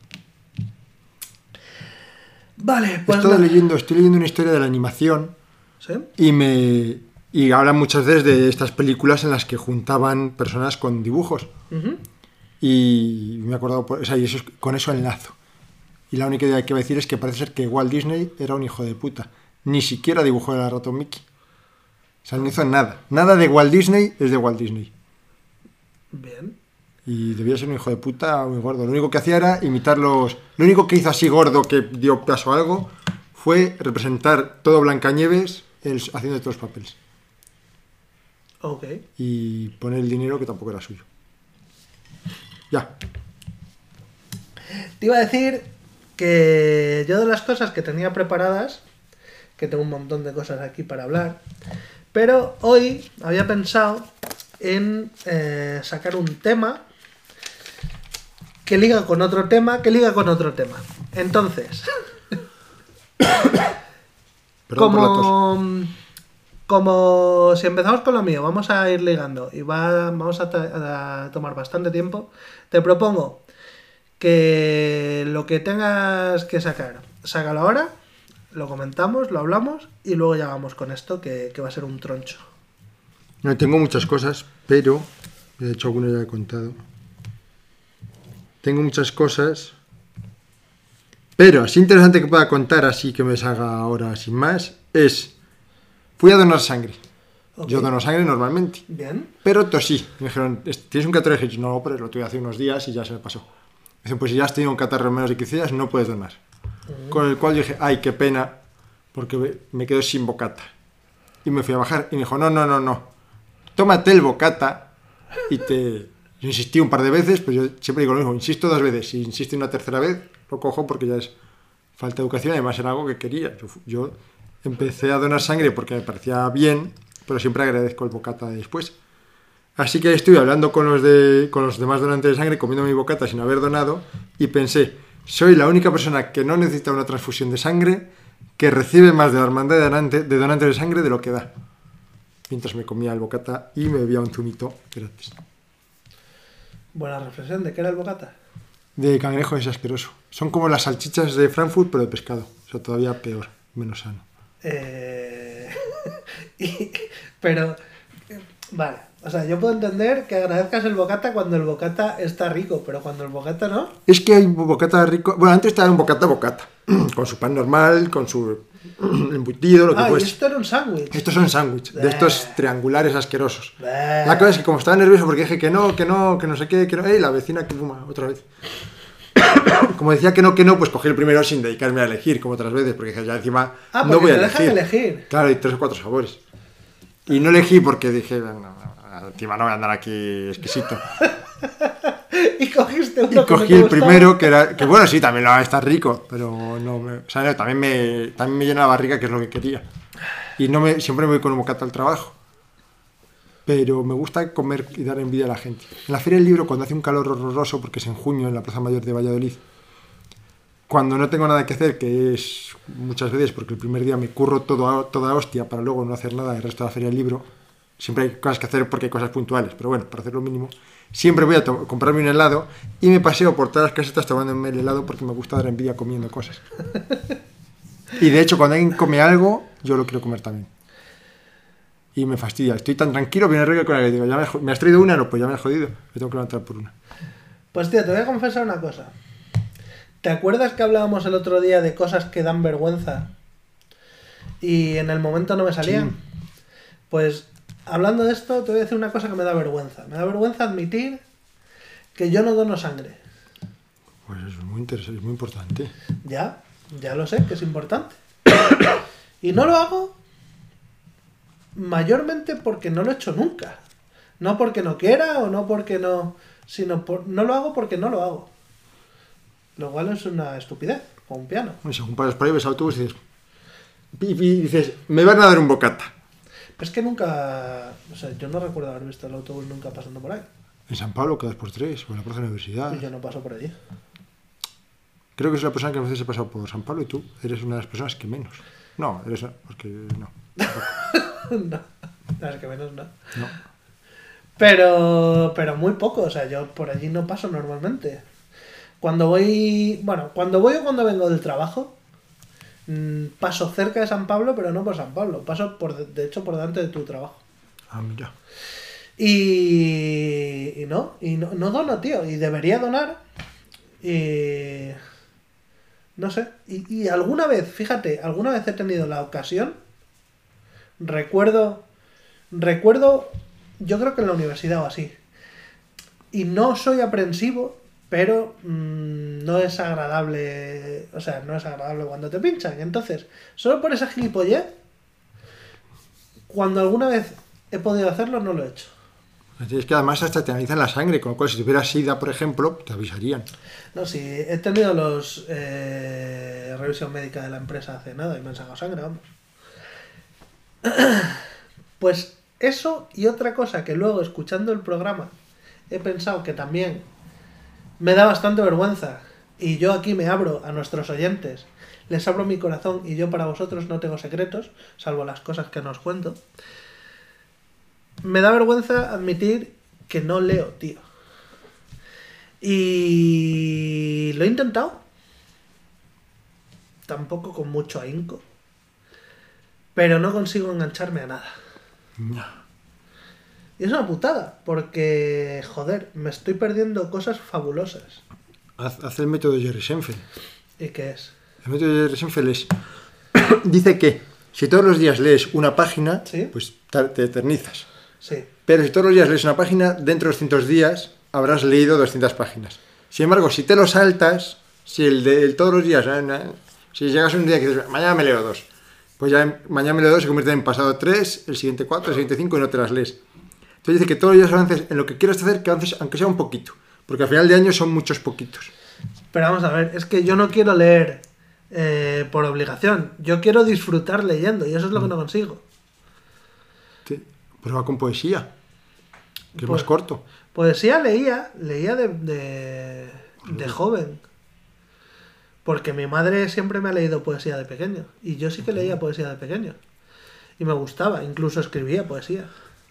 Vale, pues estoy leyendo una historia de la animación. ¿Sí? Y hablan muchas veces de estas películas en las que juntaban personas con dibujos. Uh-huh. Y me he acordado, y eso, con eso enlazo. Y la única idea que voy a decir es que parece ser que Walt Disney era un hijo de puta. Ni siquiera dibujó el ratón Mickey. O sea, no hizo nada. Nada de Walt Disney es de Walt Disney. Bien. Y debía ser un hijo de puta muy gordo. Lo único que hacía era imitar los... Lo único que hizo así gordo que dio paso a algo fue representar todo Blancanieves haciendo de todos los papeles. Ok. Y poner el dinero que tampoco era suyo. Ya. Te iba a decir que yo de las cosas que tenía preparadas, que tengo un montón de cosas aquí para hablar, pero hoy había pensado en sacar un tema que liga con otro tema, Entonces, como si empezamos con lo mío, vamos a ir ligando y vamos a tomar bastante tiempo, te propongo que lo que tengas que sacar, sácalo ahora, lo comentamos, lo hablamos y luego ya vamos con esto que va a ser un troncho. No, tengo muchas cosas, pero de hecho algunas ya he contado. Tengo muchas cosas, pero así interesante que pueda contar, así que me salga ahora sin más, es... Fui a donar sangre. Okay. Yo dono sangre normalmente. Bien. Pero tosí. Me dijeron, ¿tienes un catarro? Y dije, no, pero lo tuve hace unos días y ya se me pasó. Me dicen, pues si ya has tenido un catarro menos de 15 días, no puedes donar. Con el cual dije, ay, qué pena, porque me quedo sin bocata. Y me fui a bajar y me dijo, no. Tómate el bocata y te... Yo insistí un par de veces, pero yo siempre digo lo mismo, insisto 2 veces. Si insisto una tercera vez, lo cojo porque ya es falta de educación. Además era algo que quería. Yo empecé a donar sangre porque me parecía bien, pero siempre agradezco el bocata después. Así que estuve hablando con los demás donantes de sangre, comiendo mi bocata sin haber donado, y pensé, soy la única persona que no necesita una transfusión de sangre, que recibe más de la hermandad de donantes de sangre de lo que da. Mientras me comía el bocata y me bebía un zumito gratis. Buena reflexión. ¿De qué era el bocata? De cangrejo es asqueroso. Son como las salchichas de Frankfurt, pero de pescado. O sea, todavía peor, menos sano. Pero, vale. O sea, yo puedo entender que agradezcas el bocata cuando el bocata está rico, pero cuando el bocata no. Es que hay bocata rico. Bueno, antes estaba un bocata, con su pan normal, con su embutido, lo que fuese. Y esto era un sándwich. Estos son sándwiches, de estos triangulares asquerosos. La cosa es que como estaba nervioso porque dije que no sé qué, que no. La vecina que fuma otra vez. Como decía que no, pues cogí el primero sin dedicarme a elegir, como otras veces, porque ya encima no voy a elegir. Claro, hay 3 o 4 sabores. Y no elegí porque dije, encima no voy a andar aquí exquisito. Y cogiste uno. Y cogí el primero, que bueno, sí, también va a estar rico, pero no o sea, no, también me llena la barriga, que es lo que quería. Y siempre me voy con un bocata al trabajo. Pero me gusta comer y dar envidia a la gente. En la Feria del Libro, cuando hace un calor horroroso, porque es en junio en la Plaza Mayor de Valladolid, cuando no tengo nada que hacer, que es muchas veces porque el primer día me curro toda hostia para luego no hacer nada el resto de la Feria del Libro, siempre hay cosas que hacer porque hay cosas puntuales, pero bueno, para hacer lo mínimo, siempre voy a comprarme un helado y me paseo por todas las casetas tomándome el helado porque me gusta dar envidia comiendo cosas. Y de hecho, cuando alguien come algo, yo lo quiero comer también. Y me fastidia. Estoy tan tranquilo, viene Enrique con el que digo, ¿me has traído una? No, pues ya me has jodido. Me tengo que levantar por una. Pues tío, te voy a confesar una cosa. ¿Te acuerdas que hablábamos el otro día de cosas que dan vergüenza? Y en el momento no me salían. Sí. Pues hablando de esto, te voy a decir una cosa que me da vergüenza. Me da vergüenza admitir que yo no dono sangre. Pues eso es muy interesante, es muy importante. Ya lo sé, que es importante. Y no lo hago mayormente porque no lo he hecho nunca. No porque no quiera o no porque no... no lo hago porque no lo hago. Lo cual es una estupidez, como un piano. Según paras por ahí, ves autobús y dices, me van a dar un bocata. Pero es que nunca... O sea, yo no recuerdo haber visto el autobús nunca pasando por ahí. En San Pablo cada 2x3, o en la Plaza de la Universidad. Y yo no paso por allí. Creo que es la persona que a veces he pasado por San Pablo y tú eres una de las personas que menos. No, eres... porque no. No, es que menos no. Pero muy poco, o sea, yo por allí no paso normalmente. Cuando voy o cuando vengo del trabajo, paso cerca de San Pablo, pero no por San Pablo, paso de hecho por delante de tu trabajo. Ah, mira. Y no dono, tío, y debería donar. No sé, y alguna vez he tenido la ocasión. Recuerdo, yo creo que en la universidad o así. Y no soy aprensivo, pero no es agradable. O sea, no es agradable cuando te pinchan. Entonces, solo por esa gilipollez, cuando alguna vez he podido hacerlo, no lo he hecho. Es que además hasta te analizan la sangre, con lo cual si tuvieras SIDA, por ejemplo, te avisarían. No, sí, he tenido revisión médica de la empresa hace nada y me han sacado sangre, vamos. Pues eso y otra cosa que luego escuchando el programa he pensado que también me da bastante vergüenza, y yo aquí me abro a nuestros oyentes, les abro mi corazón y yo para vosotros no tengo secretos, salvo las cosas que no os cuento. Me da vergüenza admitir que no leo, tío. Y lo he intentado, tampoco con mucho ahínco, pero no consigo engancharme a nada. No. Y es una putada, porque, joder, me estoy perdiendo cosas fabulosas. Haz el método de Jerry Seinfeld. ¿Y qué es? El método de Jerry Seinfeld es... dice que si todos los días lees una página, ¿sí?, pues te eternizas. Sí. Pero si todos los días lees una página, dentro de 200 días habrás leído 200 páginas. Sin embargo, si te lo saltas, si el todos los días... si llegas un día que dices, mañana me leo 2, pues ya mañana me leo 2 se convierte en pasado 3, el siguiente 4, el siguiente 5 y no te las lees. Entonces dice que todos los días avances en lo que quieras hacer, que avances aunque sea un poquito, porque al final de año son muchos poquitos. Pero vamos a ver, es que yo no quiero leer por obligación, yo quiero disfrutar leyendo y eso es lo que no consigo. Prueba con poesía, que es Pues- más corto. Poesía leía de joven. Porque mi madre siempre me ha leído poesía de pequeño. Y yo sí que leía poesía de pequeño. Y me gustaba, incluso escribía poesía.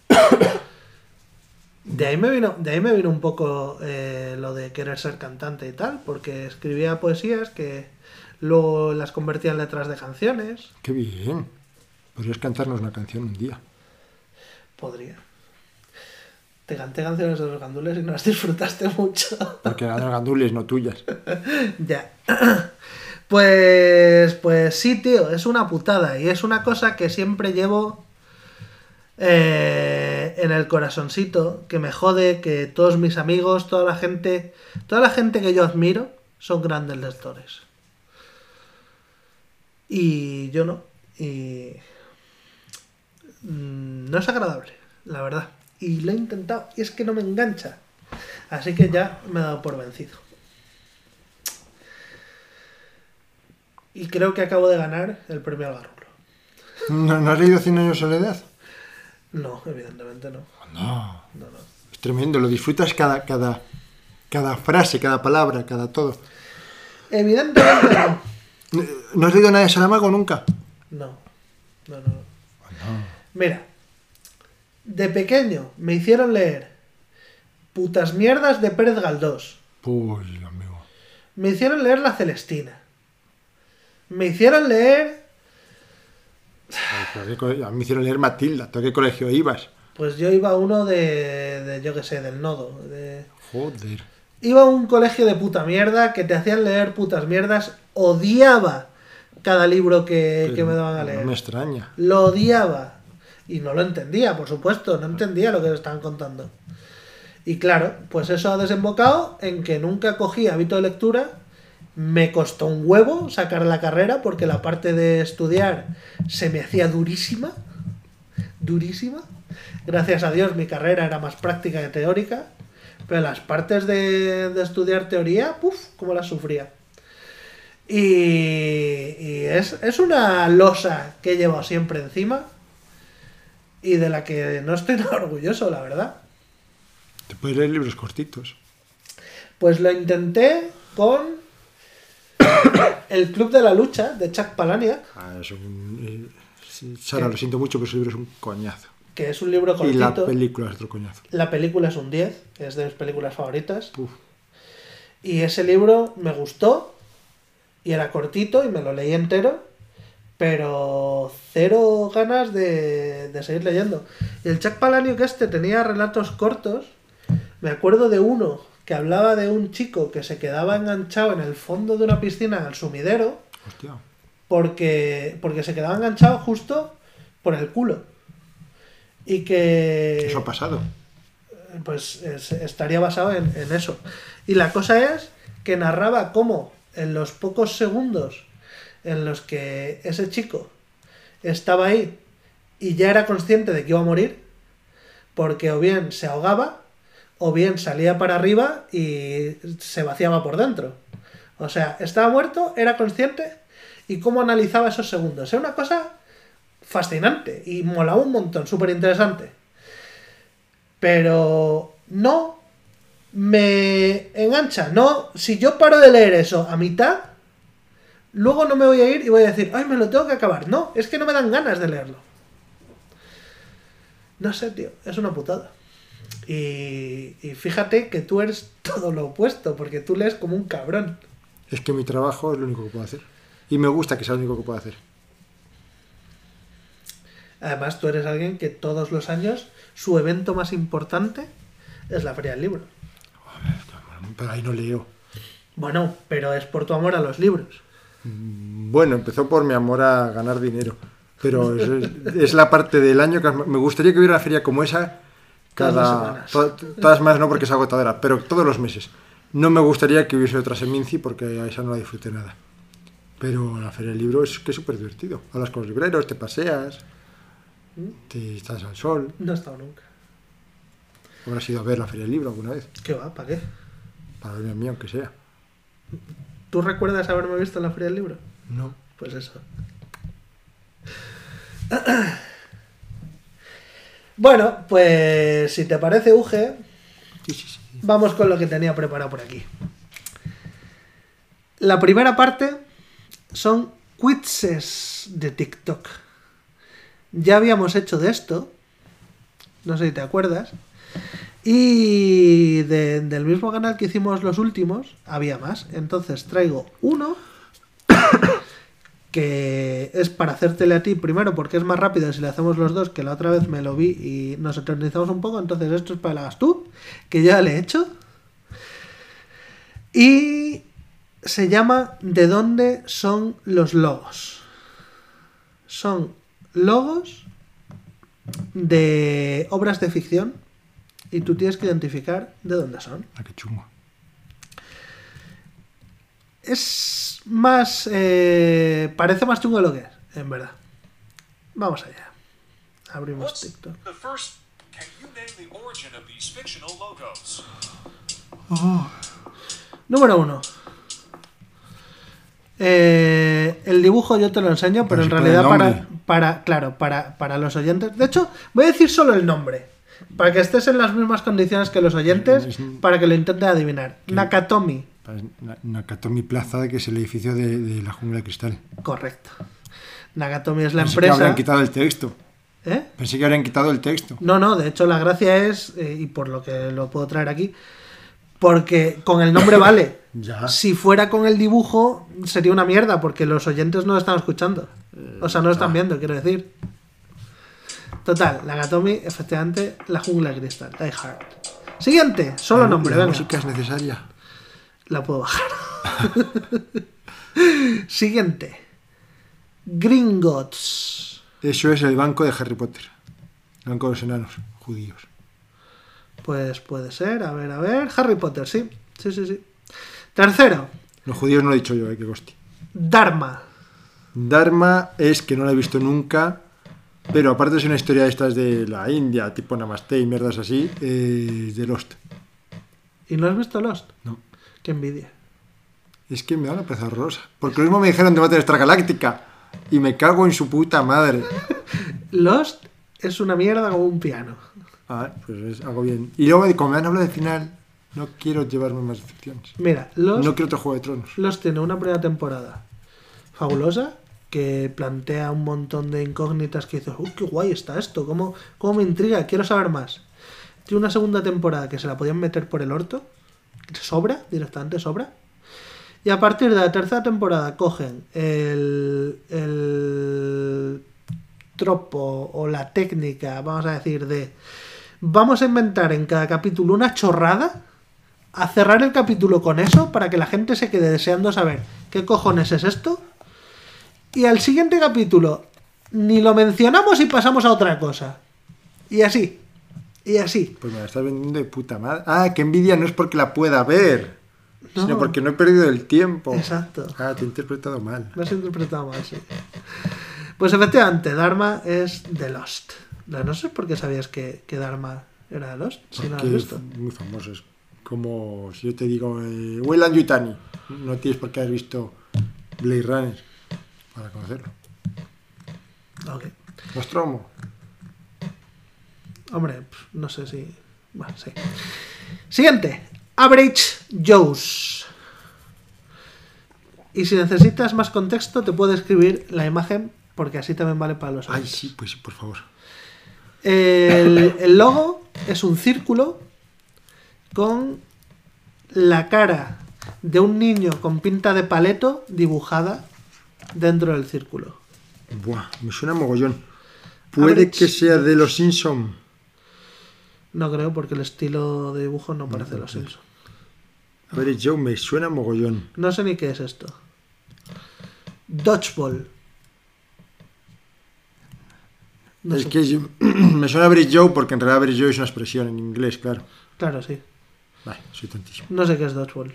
De ahí me vino un poco lo de querer ser cantante y tal, porque escribía poesías que luego las convertía en letras de canciones. Qué bien. Podrías cantarnos una canción un día. Podría. Te canté canciones de los gandules y no las disfrutaste mucho. Porque eran gandules, no tuyas. Ya. Pues sí, tío, es una putada. Y es una cosa que siempre llevo en el corazoncito, que me jode que todos mis amigos, toda la gente que yo admiro son grandes lectores. Y yo no. Y no es agradable, la verdad. Y lo he intentado y es que no me engancha. Así que ya me he dado por vencido. Y creo que acabo de ganar el premio al Garrulo. ¿No has leído 100 años de soledad? No, evidentemente no. No. No, no. Es tremendo, lo disfrutas cada frase, cada palabra, cada todo. Evidentemente no. ¿No has leído nada de Saramago nunca? No. Mira, de pequeño me hicieron leer Putas mierdas de Pérez Galdós. Pues, amigo. Me hicieron leer La Celestina. Me hicieron leer... A mí me hicieron leer Matilda. ¿Tú a qué colegio ibas? Pues yo iba a uno yo qué sé, del Nodo. Joder. Iba a un colegio de puta mierda que te hacían leer putas mierdas. Odiaba cada libro que me daban a leer. No me extraña. Lo odiaba. Y no lo entendía, por supuesto. No entendía lo que me estaban contando. Y claro, pues eso ha desembocado en que nunca cogí hábito de lectura. Me costó un huevo sacar la carrera porque la parte de estudiar se me hacía durísima. Durísima. Gracias a Dios mi carrera era más práctica que teórica. Pero las partes de estudiar teoría, ¡puf!, cómo las sufría. Y es una losa que he llevado siempre encima y de la que no estoy nada orgulloso, la verdad. Te puedes leer libros cortitos. Pues lo intenté con El Club de la Lucha, de Chuck Palahniuk, Sí, Sara, lo siento mucho, pero ese libro es un coñazo. que es un libro Y la cortito. película es otro coñazo. La película es un 10, es de mis películas favoritas. Uf. Y ese libro me gustó y era cortito y me lo leí entero, pero cero ganas de seguir leyendo. Y el Chuck Palahniuk tenía relatos cortos. Me acuerdo de uno que hablaba de un chico que se quedaba enganchado en el fondo de una piscina al sumidero Hostia. porque se quedaba enganchado justo por el culo. Y que... Eso ha pasado. Pues estaría basado en eso. Y la cosa es que narraba cómo en los pocos segundos en los que ese chico estaba ahí y ya era consciente de que iba a morir, porque o bien se ahogaba o bien salía para arriba y se vaciaba por dentro. O sea, estaba muerto, era consciente, y cómo analizaba esos segundos. Era una cosa fascinante y molaba un montón, súper interesante. Pero no me engancha. No, si yo paro de leer eso a mitad, luego no me voy a ir y voy a decir, ay, me lo tengo que acabar. No, es que no me dan ganas de leerlo. No sé, tío, es una putada. Y fíjate que tú eres todo lo opuesto, porque tú lees como un cabrón. Es que mi trabajo es lo único que puedo hacer. Y me gusta que sea lo único que puedo hacer. Además, tú eres alguien que todos los años su evento más importante es la Feria del Libro. Pero ahí no leo. Bueno, pero es por tu amor a los libros. Bueno, empezó por mi amor a ganar dinero. Pero es la parte del año que me gustaría que hubiera una feria como esa Todas las cada... semanas. Todas las semanas no, porque es agotadora, pero todos los meses. No me gustaría que hubiese otra Seminci porque a esa no la disfruté nada. Pero la feria del libro es que es súper divertido. Hablas con los libreros, te paseas, te estás al sol. No he estado nunca. ¿Habrás ido a ver la feria del libro alguna vez? ¿Qué va? ¿Para qué? Para verme a mí, aunque sea. ¿Tú recuerdas haberme visto en la Feria del Libro? No. Pues eso. Bueno, pues si te parece, Uge, Sí. vamos con lo que tenía preparado por aquí. La primera parte son quizzes de TikTok. Ya habíamos hecho de esto, no sé si te acuerdas, y del mismo canal que hicimos los últimos, había más. Entonces traigo uno que es para hacértele a ti primero porque es más rápido si le hacemos los dos, que la otra vez me lo vi y nos eternizamos un poco. Entonces esto es para que lo hagas tú, que ya le he hecho. Y se llama ¿De dónde son los logos? Son logos de obras de ficción y tú tienes que identificar de dónde son. Ah, qué chungo. Es más... parece más chungo de lo que es, en verdad. Vamos allá. Abrimos What's TikTok. the first? Can you name the origin of these fictional logos? Número 1. El dibujo yo te lo enseño, pero Pero en si pone realidad el nombre. para los oyentes... De hecho, voy a decir solo el nombre, para que estés en las mismas condiciones que los oyentes, para que lo intenten adivinar. Nakatomi. Nakatomi Plaza, que es el edificio de la Jungla de Cristal. Correcto. Nakatomi es la Pensé que empresa... habrían quitado el texto. ¿Eh? Pensé que habrían quitado el texto. No, de hecho la gracia es, y por lo que lo puedo traer aquí, porque con el nombre vale. Ya. Si fuera con el dibujo sería una mierda, porque los oyentes no lo están escuchando. O sea, no lo están viendo, quiero decir. Total, Nakatomi, efectivamente, la Jungla de Cristal, Die Hard. Siguiente, solo nombre, La venga. música es necesaria. La puedo bajar. Siguiente. Gringotts. Eso es el banco de Harry Potter. El banco de los enanos judíos. Pues puede ser, a ver. Harry Potter, sí. Sí. Tercero, Los judíos no lo he dicho yo, que coste. Dharma. Dharma es que no lo he visto nunca, pero aparte es una historia de estas de la India, tipo Namaste y mierdas así, de Lost. ¿Y no has visto Lost? No. Qué envidia. Es que me da una pereza horrorosa. Porque lo mismo me dijeron de Battlestar Galáctica y me cago en su puta madre. Lost es una mierda como un piano. Ah, pues hago bien. Y luego, como me han hablado del final, no quiero llevarme más decepciones. Mira, Lost, No quiero otro Juego de Tronos. Lost tiene una primera temporada fabulosa que plantea un montón de incógnitas que dices, uy, qué guay está esto, cómo me intriga, quiero saber más. Tiene una segunda temporada que se la podían meter por el orto, sobra, directamente sobra. Y a partir de la tercera temporada cogen el tropo o la técnica, vamos a decir, de vamos a inventar en cada capítulo una chorrada, a cerrar el capítulo con eso para que la gente se quede deseando saber qué cojones es esto. Y al siguiente capítulo ni lo mencionamos y pasamos a otra cosa. Y así. Y así. Pues me la estás vendiendo de puta madre. Ah, que envidia no es porque la pueda ver, No. sino porque no he perdido el tiempo. Exacto. Ah, te he interpretado mal. Lo has interpretado mal, sí. Pues efectivamente, Dharma es de Lost. No sé por qué sabías que Dharma era de Lost, si no lo has Porque visto. es muy famoso. Es como si yo te digo, Weyland Yutani. No tienes por qué haber visto Blade Runner para conocerlo. Ok. Nostromo. Hombre, no sé si... Bueno, sí. Siguiente. Average Joe's. Y si necesitas más contexto, te puedo escribir la imagen, porque así también vale para los Ay, oyentes. sí, pues por favor. El logo es un círculo con la cara de un niño con pinta de paleto dibujada dentro del círculo. Buah, me suena mogollón. Puede Average que sea de los Simpson. No creo, porque el estilo de dibujo no parece de los Simpsons. A ver, Joe, me suena mogollón. No sé ni qué es esto. Dodgeball. No Es sé. que me suena a Average Joe porque en realidad Average Joe es una expresión en inglés, claro. Claro, sí. Vale, soy tontísimo. No sé qué es Dodgeball.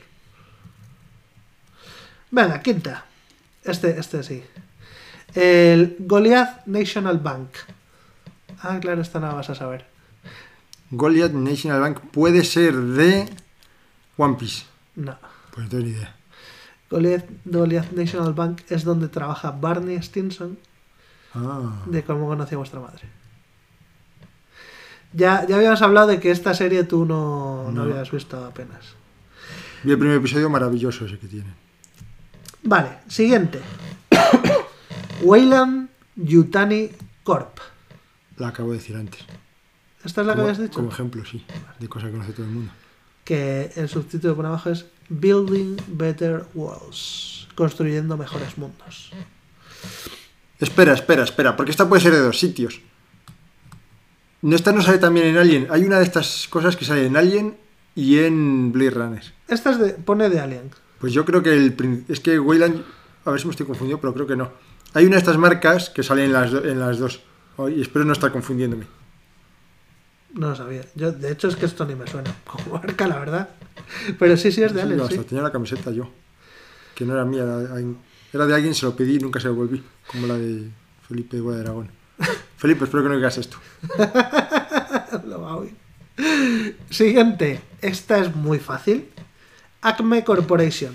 Venga, quinta. Este sí. El Goliath National Bank. Ah, claro, esta no la vas a saber. Goliath National Bank puede ser de One Piece. No. Pues no tengo ni idea. Goliath National Bank es donde trabaja Barney Stinson, Ah, de Cómo conocí a vuestra madre. Ya habíamos hablado de que esta serie tú no habías visto apenas. Vi el primer episodio maravilloso ese que tiene. Vale, siguiente. Weyland Yutani Corp. La acabo de decir antes. ¿Esta es la que habías dicho? Como ejemplo, sí. De cosa que conoce todo el mundo. Que el subtítulo por abajo es Building Better Worlds. Construyendo mejores mundos. Espera, porque esta puede ser de dos sitios. Esta no sale también en Alien. Hay una de estas cosas que sale en Alien y en Blade Runner. Esta es pone de Alien. Pues yo creo que es que Weyland, a ver si me estoy confundiendo, pero creo que no. Hay una de estas marcas que sale en las dos. Y espero no estar confundiéndome. No lo sabía. Yo, de hecho, es que esto ni me suena como marca, la verdad. Pero sí, es de Alien, Hasta sí. tenía la camiseta yo. Que no era mía, era de alguien, se lo pedí y nunca se lo devolví. Como la de Felipe de Bola de Aragón. Felipe, espero que no digas esto. Lo va a oír. Siguiente. Esta es muy fácil. Acme Corporation.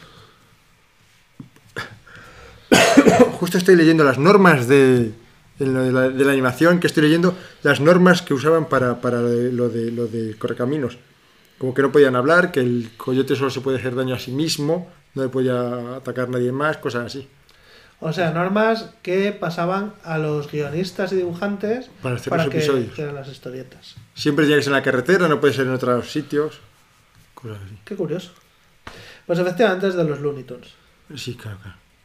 Justo estoy leyendo las normas de la animación, que estoy leyendo las normas que usaban para lo de Correcaminos. Como que no podían hablar, que el coyote solo se puede hacer daño a sí mismo, no le podía atacar nadie más, cosas así. O sea, normas que pasaban a los guionistas y dibujantes Para hacer los que episodios. hicieran las historietas. Siempre tiene que ser en la carretera, no puede ser en otros sitios, cosas así. Qué curioso. Pues efectivamente es de los Looney Tunes. Sí, claro.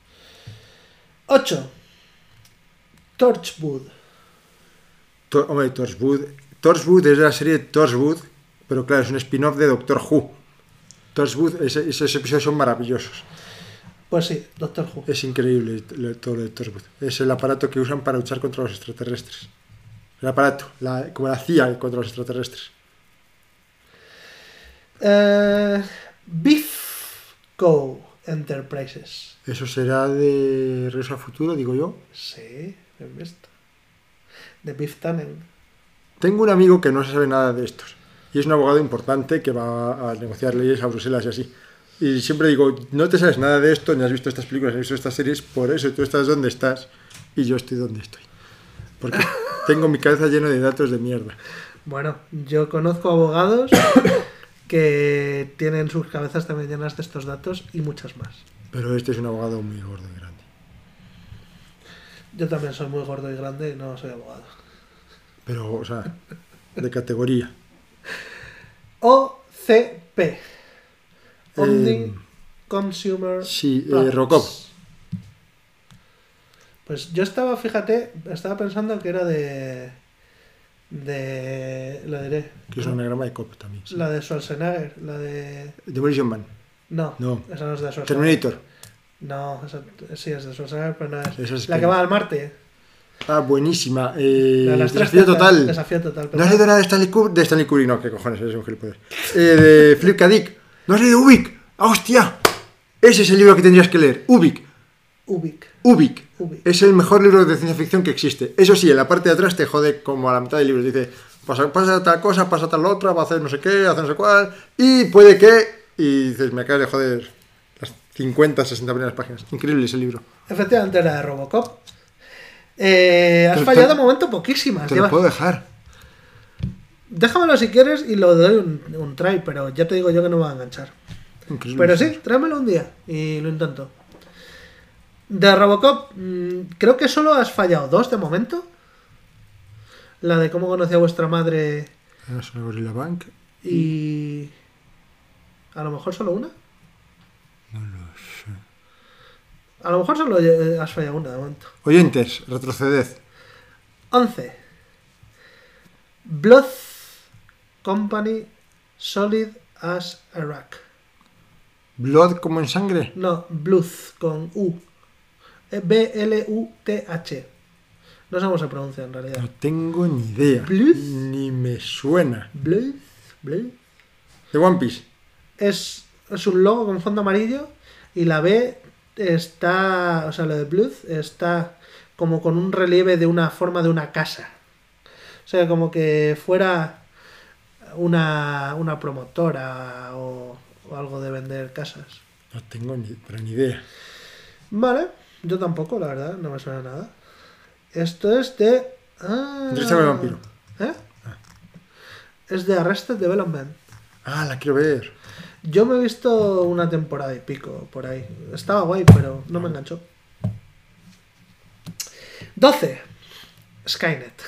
8. Torchwood. Hombre, Torchwood es la serie de Torchwood, pero claro, es un spin-off de Doctor Who. Torchwood, esos episodios son maravillosos. Pues sí, Doctor Who. Es increíble todo lo de Torchwood. Es el aparato que usan para luchar contra los extraterrestres. El aparato, como la CIA contra los extraterrestres. Beef Co. Enterprises. Eso será de Regreso al Futuro, digo yo. Sí, bien visto. De Biff Tannen. Tengo un amigo que no se sabe nada de estos. Y es un abogado importante que va a negociar leyes a Bruselas y así. Y siempre digo, no te sabes nada de esto, ni has visto estas películas, ni has visto estas series, por eso tú estás donde estás y yo estoy donde estoy. Porque tengo mi cabeza llena de datos de mierda. Bueno, yo conozco abogados que tienen sus cabezas también llenas de estos datos y muchas más. Pero este es un abogado muy gordo y grande. Yo también soy muy gordo y grande y no soy abogado. Pero, o sea, de categoría. OCP. Omni Consumer Sí, Products. Robocop. Pues yo estaba pensando que era de lo diré. Que es un anagrama de cop también. Sí. La de Schwarzenegger, la de... Demolition Man. No, No. esa no es de Schwarzenegger. Terminator. No, esa sí es de Schwarzenegger, pero no es. Esa es la que- que va al Marte. Ah, buenísima. La de las tres Desafío tazas. Total. Desafío Total. ¿No has leído nada de Stanley Kubrick? No, qué cojones, es un gilipollas. De Philip K. Dick. ¿No has leído Ubik? ¡Ah, hostia! Ese es el libro que tendrías que leer. Ubik. Ubik. Es el mejor libro de ciencia ficción que existe. Eso sí, en la parte de atrás te jode como a la mitad del libro. Dice, pasa tal cosa, pasa tal otra, va a hacer no sé qué, hacer no sé cuál. Y puede que... Y dices, me acabas de joder las 50, 60 primeras páginas. Increíble ese libro. Efectivamente era de Robocop. Has fallado de momento poquísimas. Te lo puedo dejar. Déjamelo si quieres y lo doy un try, pero ya te digo yo que no me va a enganchar. Increíble. Pero sí, tráemelo un día y lo intento. De Robocop, creo que solo has fallado 2 de momento. La de cómo conocí a vuestra madre Es una Gorilla Bank. y... A lo mejor solo una. No lo sé. A lo mejor solo has fallado una de momento. Oyentes, retroceded. 11. Blood Company Solid as a Rock. Blood como en sangre. No, Blood con U. B-L-U-T-H. No sé cómo se pronuncia en realidad. No tengo ni idea. Blood. Ni me suena. Blood. De One Piece. Es un logo con fondo amarillo y la B está, o sea, lo de Blood está como con un relieve de una forma de una casa. O sea, como que fuera una promotora o algo de vender casas. No tengo pero ni idea. Vale, yo tampoco, la verdad, no me suena nada. Esto es de... Entrevista con el vampiro. ¿Eh? Es de Arrested Development. Ah, la quiero ver. Yo me he visto una temporada y pico por ahí. Estaba guay, pero no me enganchó. 12. Skynet.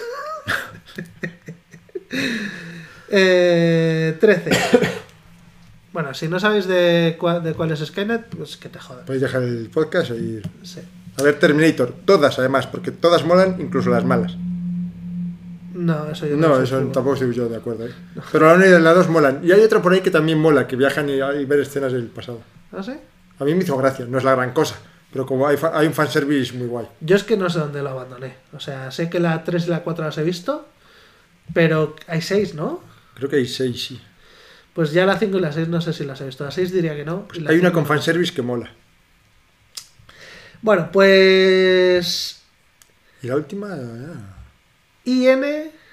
13. Bueno, si no sabéis de cuál es Skynet, pues que te jodan. Podéis dejar el podcast e ir. Sí. A ver, Terminator. Todas, además, porque todas molan, incluso las malas. No, eso yo No, soy eso seguro. tampoco estoy yo de acuerdo. Pero la 1 y la 2 molan. Y hay otra por ahí que también mola, que viajan y ver escenas del pasado. ¿Ah, sí? A mí me hizo gracia, no es la gran cosa. Pero como hay un fanservice muy guay. Yo es que no sé dónde lo abandoné. O sea, sé que la 3 y la 4 las he visto, pero hay 6, ¿no? Creo que hay 6, sí. Pues ya la 5 y la 6 no sé si las he visto. La 6 diría que no. Y la Hay una 5 con fanservice que mola. Bueno, pues... Y la última... IN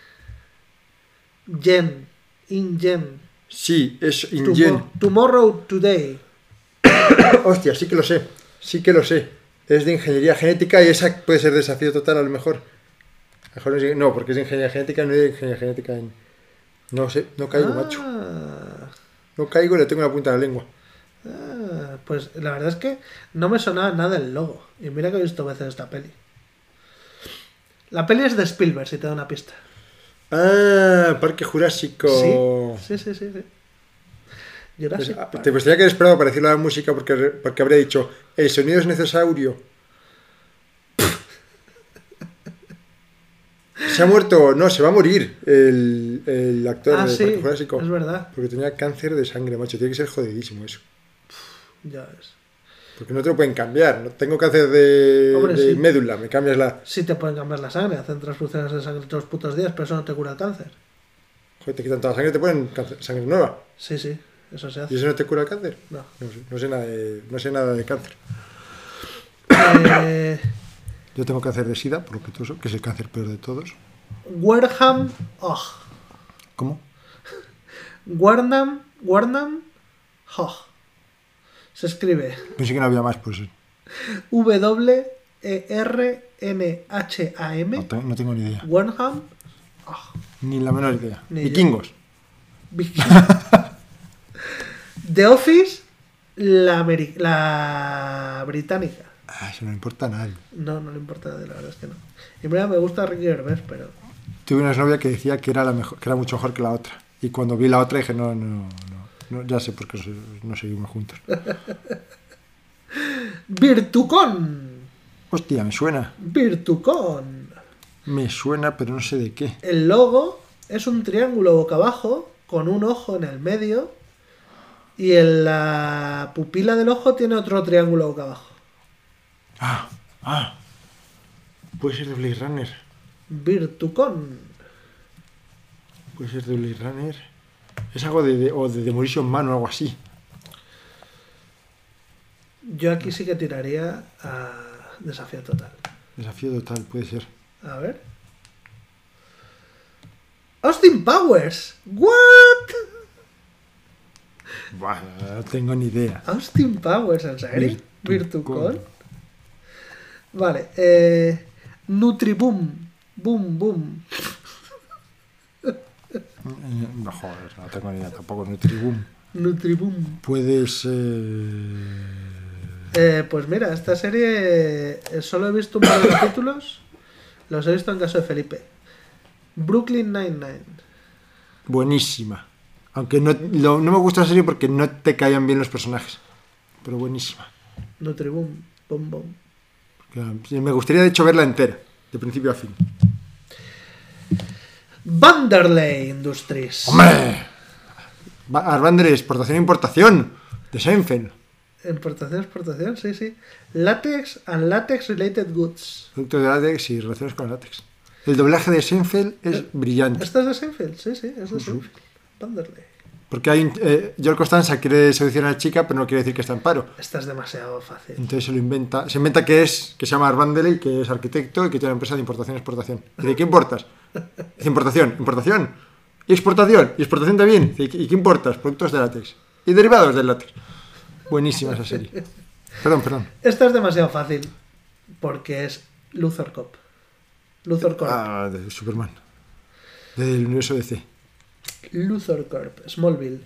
Gen. InGen. Sí, es InGen. Tomorrow Today. Hostia, sí que lo sé. Sí que lo sé. Es de ingeniería genética y esa puede ser desafío total a lo mejor. No, porque es de ingeniería genética, no es de ingeniería genética en... No sé, no caigo, macho. No caigo y le tengo la punta de la lengua. Pues la verdad es que no me sonaba nada el logo. Y mira que he visto veces esta peli. La peli es de Spielberg, si te da una pista. Ah, Parque Jurásico. Sí. Jurassic Pues, Park. te gustaría que haber esperado para decirlo a la música porque habría dicho el sonido es necesario. ¿Se ha muerto? No, se va a morir el actor de sí, Parque Jurásico. es verdad. Porque tenía cáncer de sangre, macho. Tiene que ser jodidísimo eso. Ya ves. Porque no te lo pueden cambiar. No tengo cáncer de Hombre, sí. médula. Me cambias la... Sí te pueden cambiar la sangre, hacen transfusiones de sangre todos los putos días, pero eso no te cura el cáncer. Joder, te quitan toda la sangre y te ponen sangre nueva. Sí, eso se ¿Y hace. eso no te cura el cáncer? No. No sé nada de cáncer. Yo tengo cáncer de sida, por lo que tú sabes, que es el cáncer peor de todos. Warham ¿Cómo? Warnam Hogg. Se escribe Pensé que no había más, pues WERNHAM. no tengo ni idea. Warham Ni la menor idea. Ni yo. Vikingos. The Office, la británica. Ah, eso no importa a nadie. No le importa, la verdad es que no. Y mira, me gusta Ricky Gervais, pero... Tuve una novia que decía que era la mejor, que era mucho mejor que la otra. Y cuando vi la otra dije, no, ya sé por qué no seguimos juntos. Virtucon. Hostia, me suena. Virtucon. Me suena, pero no sé de qué. El logo es un triángulo boca abajo con un ojo en el medio y en la pupila del ojo tiene otro triángulo boca abajo. Puede ser de Blade Runner. Virtucon. Puede ser de Blade Runner. Es algo de Demolition Man o algo así. Yo aquí sí que tiraría a desafío total. Desafío total, puede ser. A ver. Austin Powers. What? Buah, no tengo ni idea. Austin Powers, ¿en serio? Virtucon. Virtucon. Vale. Nutriboom. Boom. No, joder, no tengo ni idea tampoco. Nutriboom. Nutriboom. Puede ser... Pues mira, esta serie solo he visto un par de capítulos. Los he visto en caso de Felipe. Brooklyn Nine-Nine. Buenísima. Aunque no me gusta la serie porque no te caían bien los personajes. Pero buenísima. Nutriboom. Boom. Me gustaría de hecho verla entera, de principio a fin. Vanderlei Industries. ¡Hombre! Arbander, exportación e importación de Seinfeld. Exportación, sí. Látex and latex related goods. Productos de látex y relaciones con el látex. El doblaje de Seinfeld es brillante. ¿Esta es de Seinfeld? Sí, es de Seinfeld. Vanderlei. Porque hay George Costanza quiere seducir a la chica, pero no quiere decir que está en paro. Esta es demasiado fácil. Entonces se inventa que se llama Arbandeley, que es arquitecto y que tiene una empresa de importación y exportación. ¿De qué importas? Dice, importación. Y exportación también. Dice, ¿y qué importas? Productos de látex. Y derivados del látex. Buenísima esa serie. Perdón. Esta es demasiado fácil. Porque es Luthor Corp. De Superman. Del universo DC. Luthor Corp, Smallville.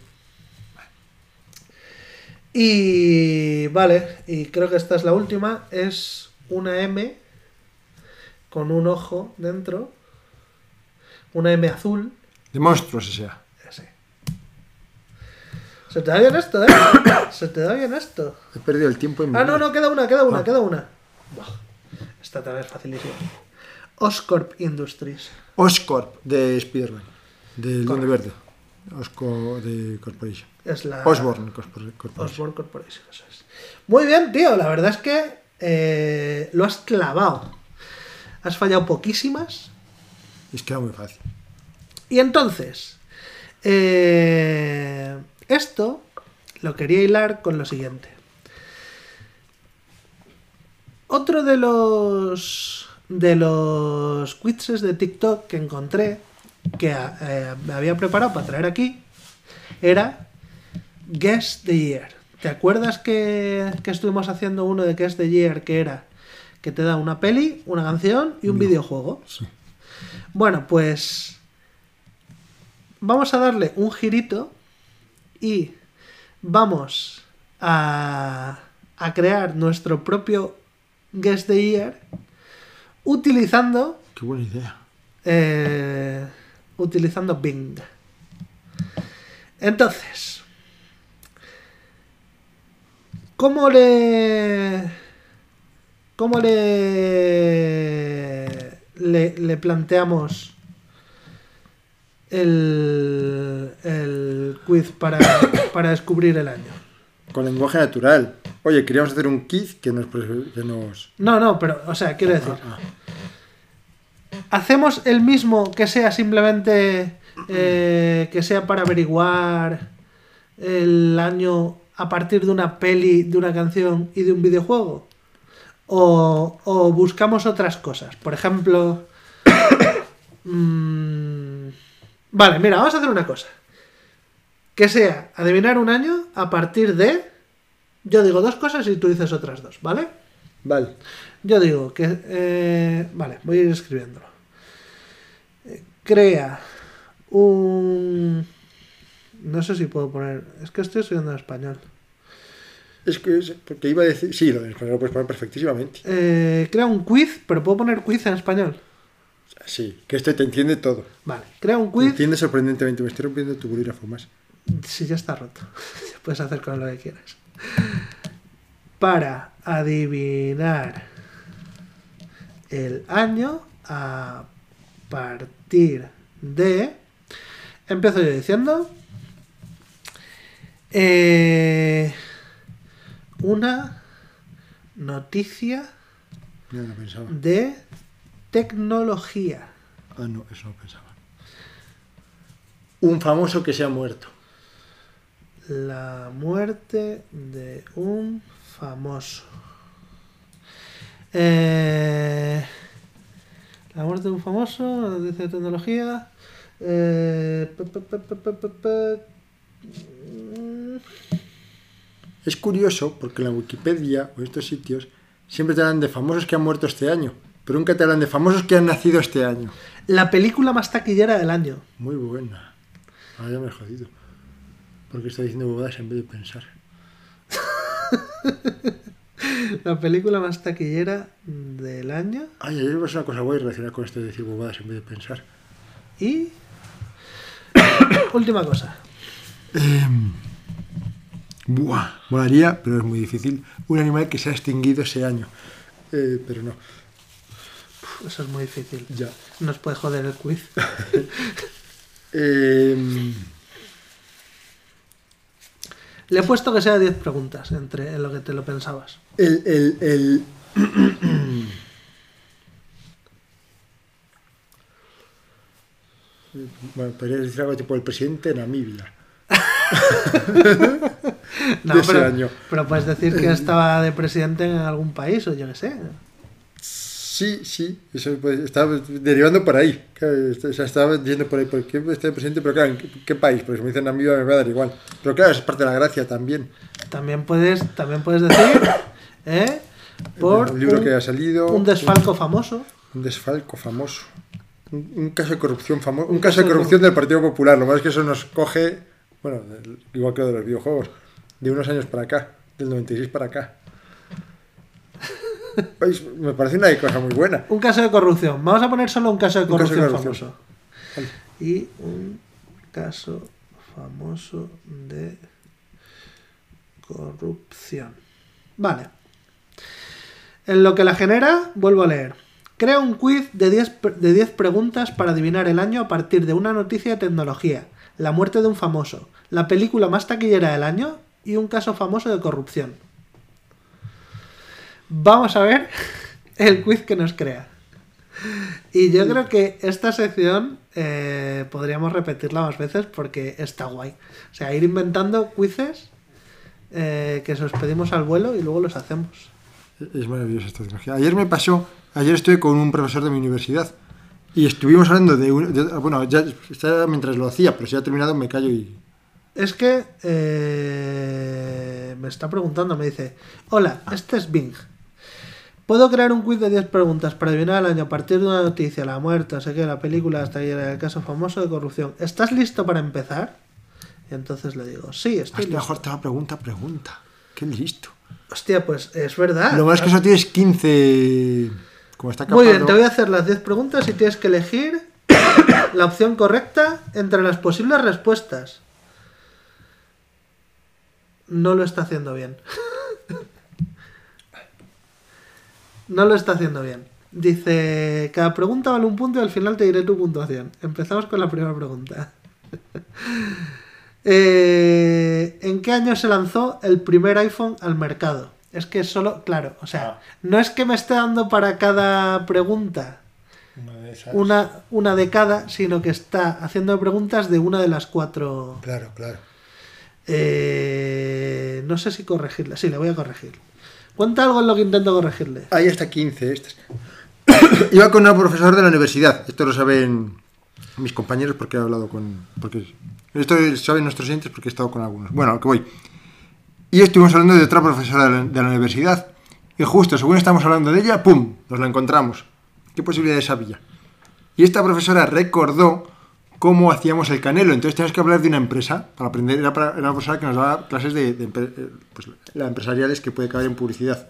Y vale, y creo que esta es la última. Es una M con un ojo dentro. Una M azul. De monstruos, o sea. Ese. Se te da bien esto, ¿eh? Se te da bien esto. He perdido el tiempo en mi Ah, vida. no, queda una. Buah, esta también es facilísima. Oscorp Industries. Oscorp de Spider-Man. Del Duende Correcto. Verde. Osco de Corporation. Es la Osborn Corporation. Osborn Corporation, eso es. Muy bien, tío. La verdad es que lo has clavado. Has fallado poquísimas. Es que era muy fácil. Y entonces, esto lo quería hilar con lo siguiente. Otro de los quizzes de TikTok que encontré, que me había preparado para traer aquí, era Guess the Year. ¿Te acuerdas que estuvimos haciendo uno de Guess the Year que era que te da una peli, una canción y un videojuego? Sí. Bueno, pues vamos a darle un girito y vamos a crear nuestro propio Guess the Year utilizando Qué buena idea. utilizando Bing. Entonces, ¿cómo le planteamos el quiz para descubrir el año? Con lenguaje natural. Oye, queríamos hacer un quiz que nos... No, pero, o sea, quiero decir, hacemos el mismo que sea simplemente que sea para averiguar el año a partir de una peli, de una canción y de un videojuego. O buscamos otras cosas. Por ejemplo... Vale, mira, vamos a hacer una cosa. Que sea adivinar un año a partir de... Yo digo dos cosas y tú dices otras dos, ¿vale? Vale. Yo digo que... vale, voy a ir escribiéndolo. Crea un... No sé si puedo poner... Es que estoy estudiando en español. Es que porque iba a decir... Sí, lo en español lo puedes poner perfectísimamente. Crea un quiz, pero puedo poner quiz en español. Sí, que este te entiende todo. Vale, crea un Te quiz. entiende sorprendentemente. Me estoy rompiendo tu bolígrafo más. Si ya está roto. Puedes hacer con lo que quieras. Para adivinar el año a partir de... Empiezo yo diciendo... una noticia No, no pensaba. de tecnología. Ah, no, eso no pensaba. Un famoso que se ha muerto. La muerte de un famoso. La muerte de un famoso, noticia de tecnología. Es curioso porque en la Wikipedia o estos sitios siempre te hablan de famosos que han muerto este año, pero nunca te hablan de famosos que han nacido este año. La película más taquillera del año. Muy buena. Ahora ya me he jodido. Porque estoy diciendo bobadas en vez de pensar. La película más taquillera del año. Ay, ayer es una cosa guay relacionada con esto de decir bobadas en vez de pensar. Y... última cosa. Buah, molaría, pero es muy difícil. Un animal que se ha extinguido ese año. Pero no. Eso es muy difícil. Ya. Nos puede joder el quiz. Le he puesto que sea 10 preguntas en lo que te lo pensabas. Bueno, podría decir algo tipo el presidente de Namibia. No, de ese año. pero puedes decir que estaba de presidente en algún país o yo qué sé. Sí, eso pues, estaba derivando por ahí. Claro, o sea, estaba diciendo por ahí, ¿por qué está de presidente? Pero claro, ¿en qué país? Porque si me dicen Namibia me va a dar igual. Pero claro, es parte de la gracia también. También puedes decir, por Un libro que ha salido. un desfalco famoso. Un desfalco famoso. Un caso de corrupción famoso. Un caso de corrupción del Partido Popular. Lo malo es que eso nos coge, bueno, igual que lo de los videojuegos, de unos años para acá, del 96 para acá. Pues, me parece una cosa muy buena. Un caso de corrupción. Vamos a poner solo un caso de corrupción, famoso. Vale. Y un caso famoso de corrupción. Vale. En lo que la genera, vuelvo a leer. Crea un quiz de 10 preguntas para adivinar el año a partir de una noticia de tecnología, la muerte de un famoso, la película más taquillera del año y un caso famoso de corrupción. Vamos a ver el quiz que nos crea. Y yo creo que esta sección podríamos repetirla más veces porque está guay. O sea, ir inventando quizzes que se los pedimos al vuelo y luego los hacemos. Es maravillosa esta tecnología. Ayer estuve con un profesor de mi universidad y estuvimos hablando bueno, ya estaba mientras lo hacía, pero si ya ha terminado me callo y... Es que me está preguntando, me dice: hola, este es Bing. ¿Puedo crear un quiz de 10 preguntas para adivinar el año a partir de una noticia, la muerte, sé qué, la película, hasta llegar al caso famoso de corrupción? ¿Estás listo para empezar? Y entonces le digo: sí, estoy listo. Mejor te la pregunta. Qué listo. Hostia, pues es verdad. Lo malo es que eso tienes 15... Como está capado. Muy bien, te voy a hacer las 10 preguntas y tienes que elegir la opción correcta entre las posibles respuestas. No lo está haciendo bien. No lo está haciendo bien. Dice: cada pregunta vale un punto y al final te diré tu puntuación. Empezamos con la primera pregunta. ¿En qué año se lanzó el primer iPhone al mercado? Es que solo, claro, o sea, no es que me esté dando para cada pregunta una de cada, sino que está haciendo preguntas de una de las 4. Claro. No sé si corregirla. Sí, le voy a corregir. Cuenta algo en lo que intento corregirle. Ahí está 15 estas. Iba con una profesora de la universidad. Esto lo saben mis compañeros porque he hablado con... Esto lo saben nuestros oyentes porque he estado con algunos. Bueno, a lo que voy. Y estuvimos hablando de otra profesora de la universidad. Y justo, según estamos hablando de ella, ¡pum!, nos la encontramos. ¿Qué posibilidades había? Y esta profesora recordó cómo hacíamos el Canelo. Entonces teníamos que hablar de una empresa para aprender. Era una profesora que nos daba clases pues, empresariales que puede caber en publicidad.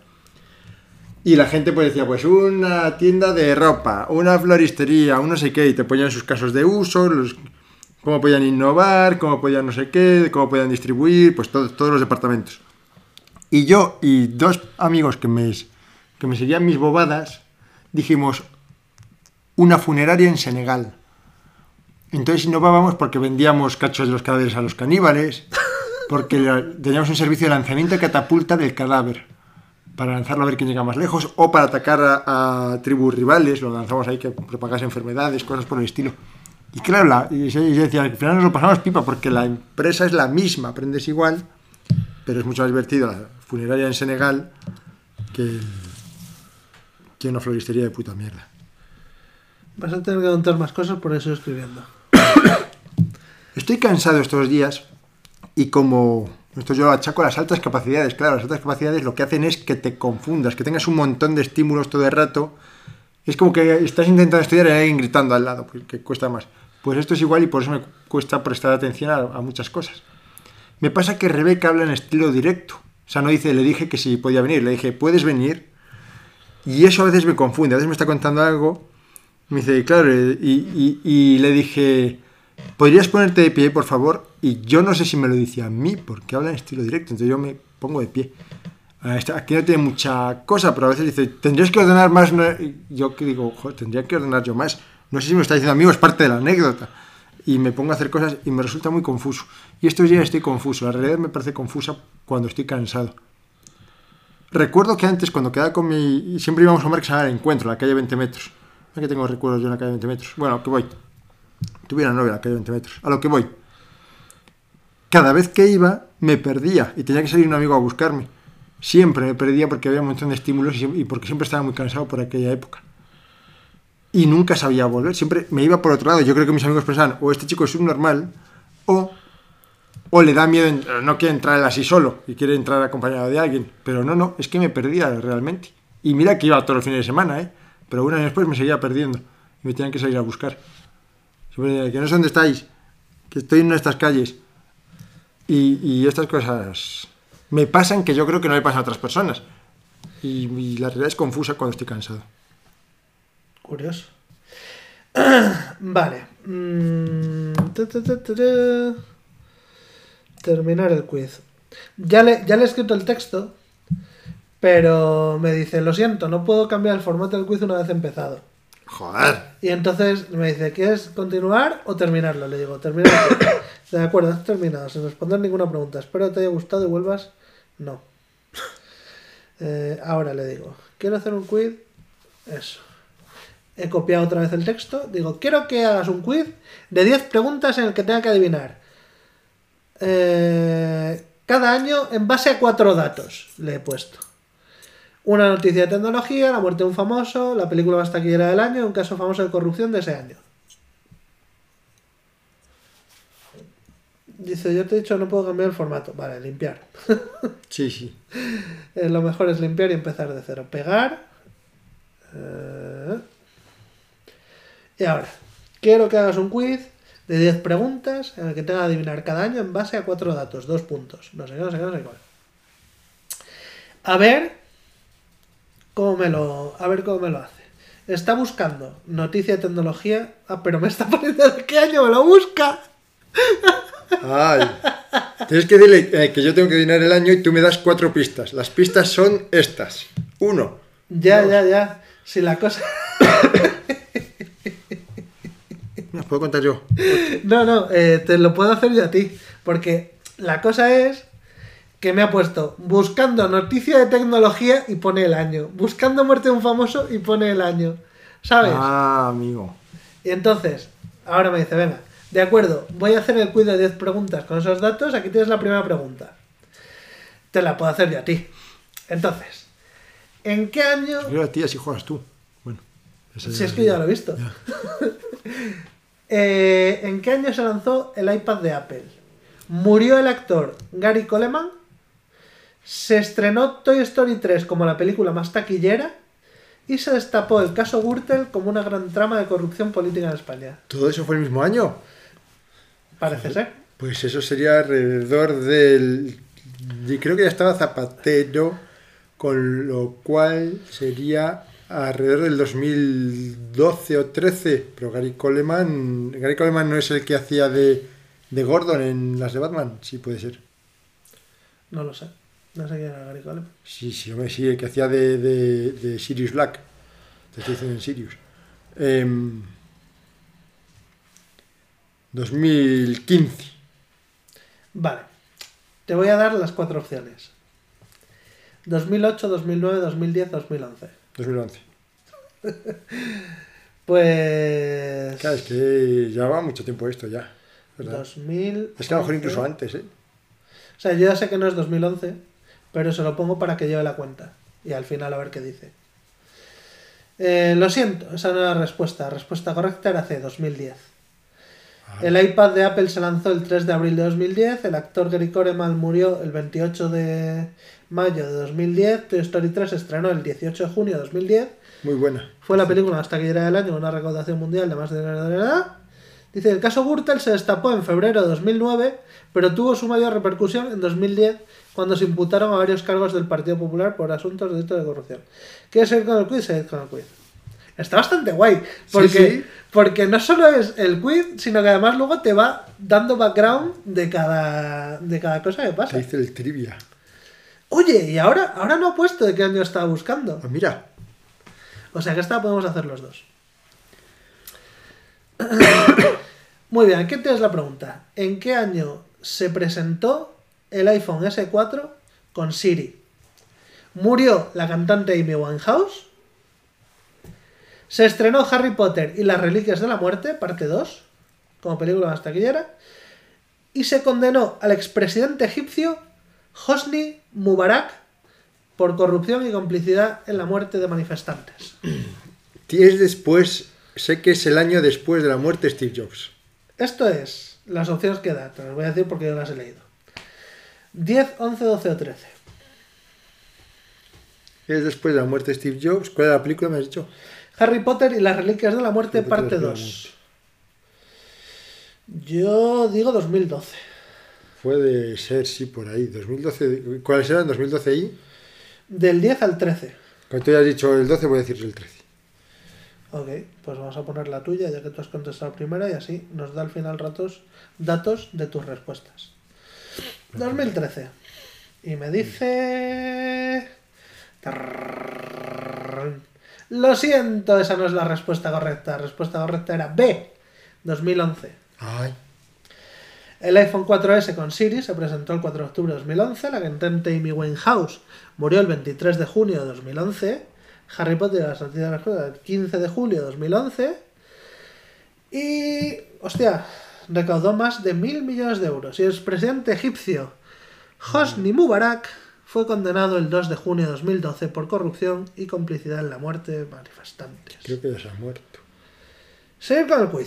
Y la gente pues decía, pues una tienda de ropa, una floristería, un no sé qué, y te ponían sus casos de uso, cómo podían innovar, cómo podían no sé qué, cómo podían distribuir, pues todos los departamentos. Y yo y 2 amigos que me seguían mis bobadas, dijimos, una funeraria en Senegal. Entonces innovábamos porque vendíamos cachos de los cadáveres a los caníbales, porque teníamos un servicio de lanzamiento de catapulta del cadáver, para lanzarlo a ver quién llega más lejos, o para atacar a tribus rivales, lo lanzamos ahí que propagase enfermedades, cosas por el estilo. Y claro, y yo decía, al final nos lo pasamos pipa, porque la empresa es la misma, aprendes igual, pero es mucho más divertido la funeraria en Senegal que una floristería de puta mierda. Vas a tener que contar más cosas, por eso estoy escribiendo. Estoy cansado estos días y como esto yo lo achaco a las altas capacidades. Claro, las altas capacidades lo que hacen es que te confundas, que tengas un montón de estímulos todo el rato. Es como que estás intentando estudiar y hay alguien gritando al lado, que cuesta más. Pues esto es igual y por eso me cuesta prestar atención a muchas cosas. Me pasa que Rebeca habla en estilo directo. O sea, no dice, le dije que sí podía venir, le dije, ¿puedes venir? Y eso a veces me confunde. A veces me está contando algo, me dice, claro, y le dije, ¿podrías ponerte de pie, por favor? Y yo no sé si me lo dice a mí, porque habla en estilo directo, entonces yo me pongo de pie. Aquí no tiene mucha cosa, pero a veces dice, tendrías que ordenar más. Yo que digo, joder, tendría que ordenar yo más. No sé si me lo está diciendo a mí o es parte de la anécdota. Y me pongo a hacer cosas y me resulta muy confuso. Y estos días estoy confuso. La realidad me parece confusa cuando estoy cansado. Recuerdo que antes, cuando quedaba con siempre íbamos a un bar que se llama El Encuentro, la calle 20 metros. No es que tengo recuerdos yo en la calle 20 metros. Bueno, a lo que voy. Tuve una novia en la calle 20 metros. A lo que voy. Cada vez que iba, me perdía. Y tenía que salir un amigo a buscarme. Siempre me perdía porque había un montón de estímulos y porque siempre estaba muy cansado por aquella época. Y nunca sabía volver. Siempre me iba por otro lado. Yo creo que mis amigos pensaban, o este chico es subnormal, o le da miedo, no quiere entrar así solo y quiere entrar acompañado de alguien. Pero no, es que me perdía realmente. Y mira que iba todos los fines de semana, pero un año después me seguía perdiendo. y me tenían que salir a buscar. Siempre, que no sé dónde estáis, que estoy en una de estas calles. Y estas cosas me pasan que yo creo que no le pasan a otras personas. Y la realidad es confusa cuando estoy cansado. Curioso. Vale. Terminar el quiz. Ya le he escrito el texto, pero me dice, lo siento, no puedo cambiar el formato del quiz una vez empezado. Joder. Y entonces me dice, ¿quieres continuar o terminarlo? Le digo, terminar. De acuerdo, has terminado, sin responder ninguna pregunta. Espero que te haya gustado y vuelvas. No. Ahora le digo, quiero hacer un quiz. Eso. He copiado otra vez el texto. Digo, quiero que hagas un quiz de 10 preguntas en el que tenga que adivinar. Cada año en base a 4 datos le he puesto. Una noticia de tecnología, la muerte de un famoso, la película más taquillera del año y un caso famoso de corrupción de ese año. Dice, yo te he dicho no puedo cambiar el formato. Vale, limpiar. Sí. Lo mejor es limpiar y empezar de cero. Pegar. Y ahora, quiero que hagas un quiz de 10 preguntas en el que tenga que adivinar cada año en base a 4 datos, 2 puntos. No sé qué, no sé cuál. A ver cómo me lo hace. Está buscando noticia de tecnología. Ah, pero me está poniendo de qué año me lo busca. Ay. Tienes que decirle que yo tengo que adivinar el año y tú me das 4 pistas. Las pistas son estas. 1. Ya. Si la cosa... ¿Me puedo contar yo? No, te lo puedo hacer yo a ti. Porque la cosa es que me ha puesto buscando noticia de tecnología y pone el año. Buscando muerte de un famoso y pone el año. ¿Sabes? Ah, amigo. Y entonces, ahora me dice, venga, de acuerdo, voy a hacer el quiz de 10 preguntas con esos datos. Aquí tienes la primera pregunta. Te la puedo hacer yo a ti. Entonces, ¿en qué año...? Yo a ti así juegas tú. Bueno. Si es que ya lo he visto. Ya. ¿En qué año se lanzó el iPad de Apple? ¿Murió el actor Gary Coleman? ¿Se estrenó Toy Story 3 como la película más taquillera? Y se destapó el caso Gürtel como una gran trama de corrupción política en España. ¿Todo eso fue el mismo año? Parece ser. Pues eso sería alrededor del... y creo que ya estaba Zapatero, con lo cual sería alrededor del 2012 o 13. Pero Gary Coleman no es el que hacía de Gordon en las de Batman. Sí, puede ser. No lo sé. No sé quién era Gary Coleman. Sí, hombre, sí, el que hacía de Sirius Black. Te estoy diciendo en Sirius. 2015. Vale. Te voy a dar las 4 opciones. 2008, 2009, 2010, 2011. 2011. Pues... Claro, es que llevaba mucho tiempo esto ya, ¿verdad? 2000... Es que a lo mejor incluso antes, ¿eh? O sea, yo ya sé que no es 2011, pero se lo pongo para que lleve la cuenta. Y al final a ver qué dice. Lo siento, esa no era la respuesta. La respuesta correcta era C, 2010. El iPad de Apple se lanzó el 3 de abril de 2010. El actor Gary Coleman murió el 28 de mayo de 2010. Toy Story 3 se estrenó el 18 de junio de 2010. Muy buena. Fue la película más taquillera del año con una recaudación mundial de más de... Dice, el caso Gürtel se destapó en febrero de 2009, pero tuvo su mayor repercusión en 2010, cuando se imputaron a varios cargos del Partido Popular por asuntos de delito de corrupción. ¿Quieres seguir con el quiz? Seguid con el quiz. Está bastante guay, porque no solo es el quiz, sino que además luego te va dando background de cada cosa que pasa. Te dice el trivia. Oye, y ahora no ha puesto de qué año estaba buscando. Pues mira. O sea que esta podemos hacer los dos. Muy bien, ¿qué tienes la pregunta? ¿En qué año se presentó el iPhone S4 con Siri? ¿Murió la cantante Amy Winehouse? ¿Se estrenó Harry Potter y las Reliquias de la Muerte, parte 2, como película más taquillera? ¿Y se condenó al expresidente egipcio Hosni Mubarak por corrupción y complicidad en la muerte de manifestantes? Tienes después... Sé que es el año después de la muerte de Steve Jobs. Esto es las opciones que da. Te las voy a decir porque yo las he leído. 10, 11, 12 o 13. Es después de la muerte de Steve Jobs. ¿Cuál es la película, me has dicho? Harry Potter y las Reliquias de la Muerte, Harry Potter y parte las 2. Yo digo 2012. Puede ser, sí, por ahí. 2012. ¿Cuáles eran? 2012 y. Del 10 al 13. Cuando tú ya has dicho el 12, voy a decir el 13. Ok, pues vamos a poner la tuya, ya que tú has contestado primero, y así nos da al final datos de tus respuestas. 2013. Y me dice... Lo siento, esa no es la respuesta correcta. La respuesta correcta era B, 2011. Ay. El iPhone 4S con Siri se presentó el 4 de octubre de 2011. La cantante Amy Winehouse murió el 23 de junio de 2011. Harry Potter y las Reliquias de la Muerte el 15 de julio de 2011. Y... hostia, recaudó más de 1.000 millones de euros. Y el presidente egipcio Hosni Mubarak fue condenado el 2 de junio de 2012 por corrupción y complicidad en la muerte de manifestantes. Creo que ya se ha muerto. Seguir con el quiz.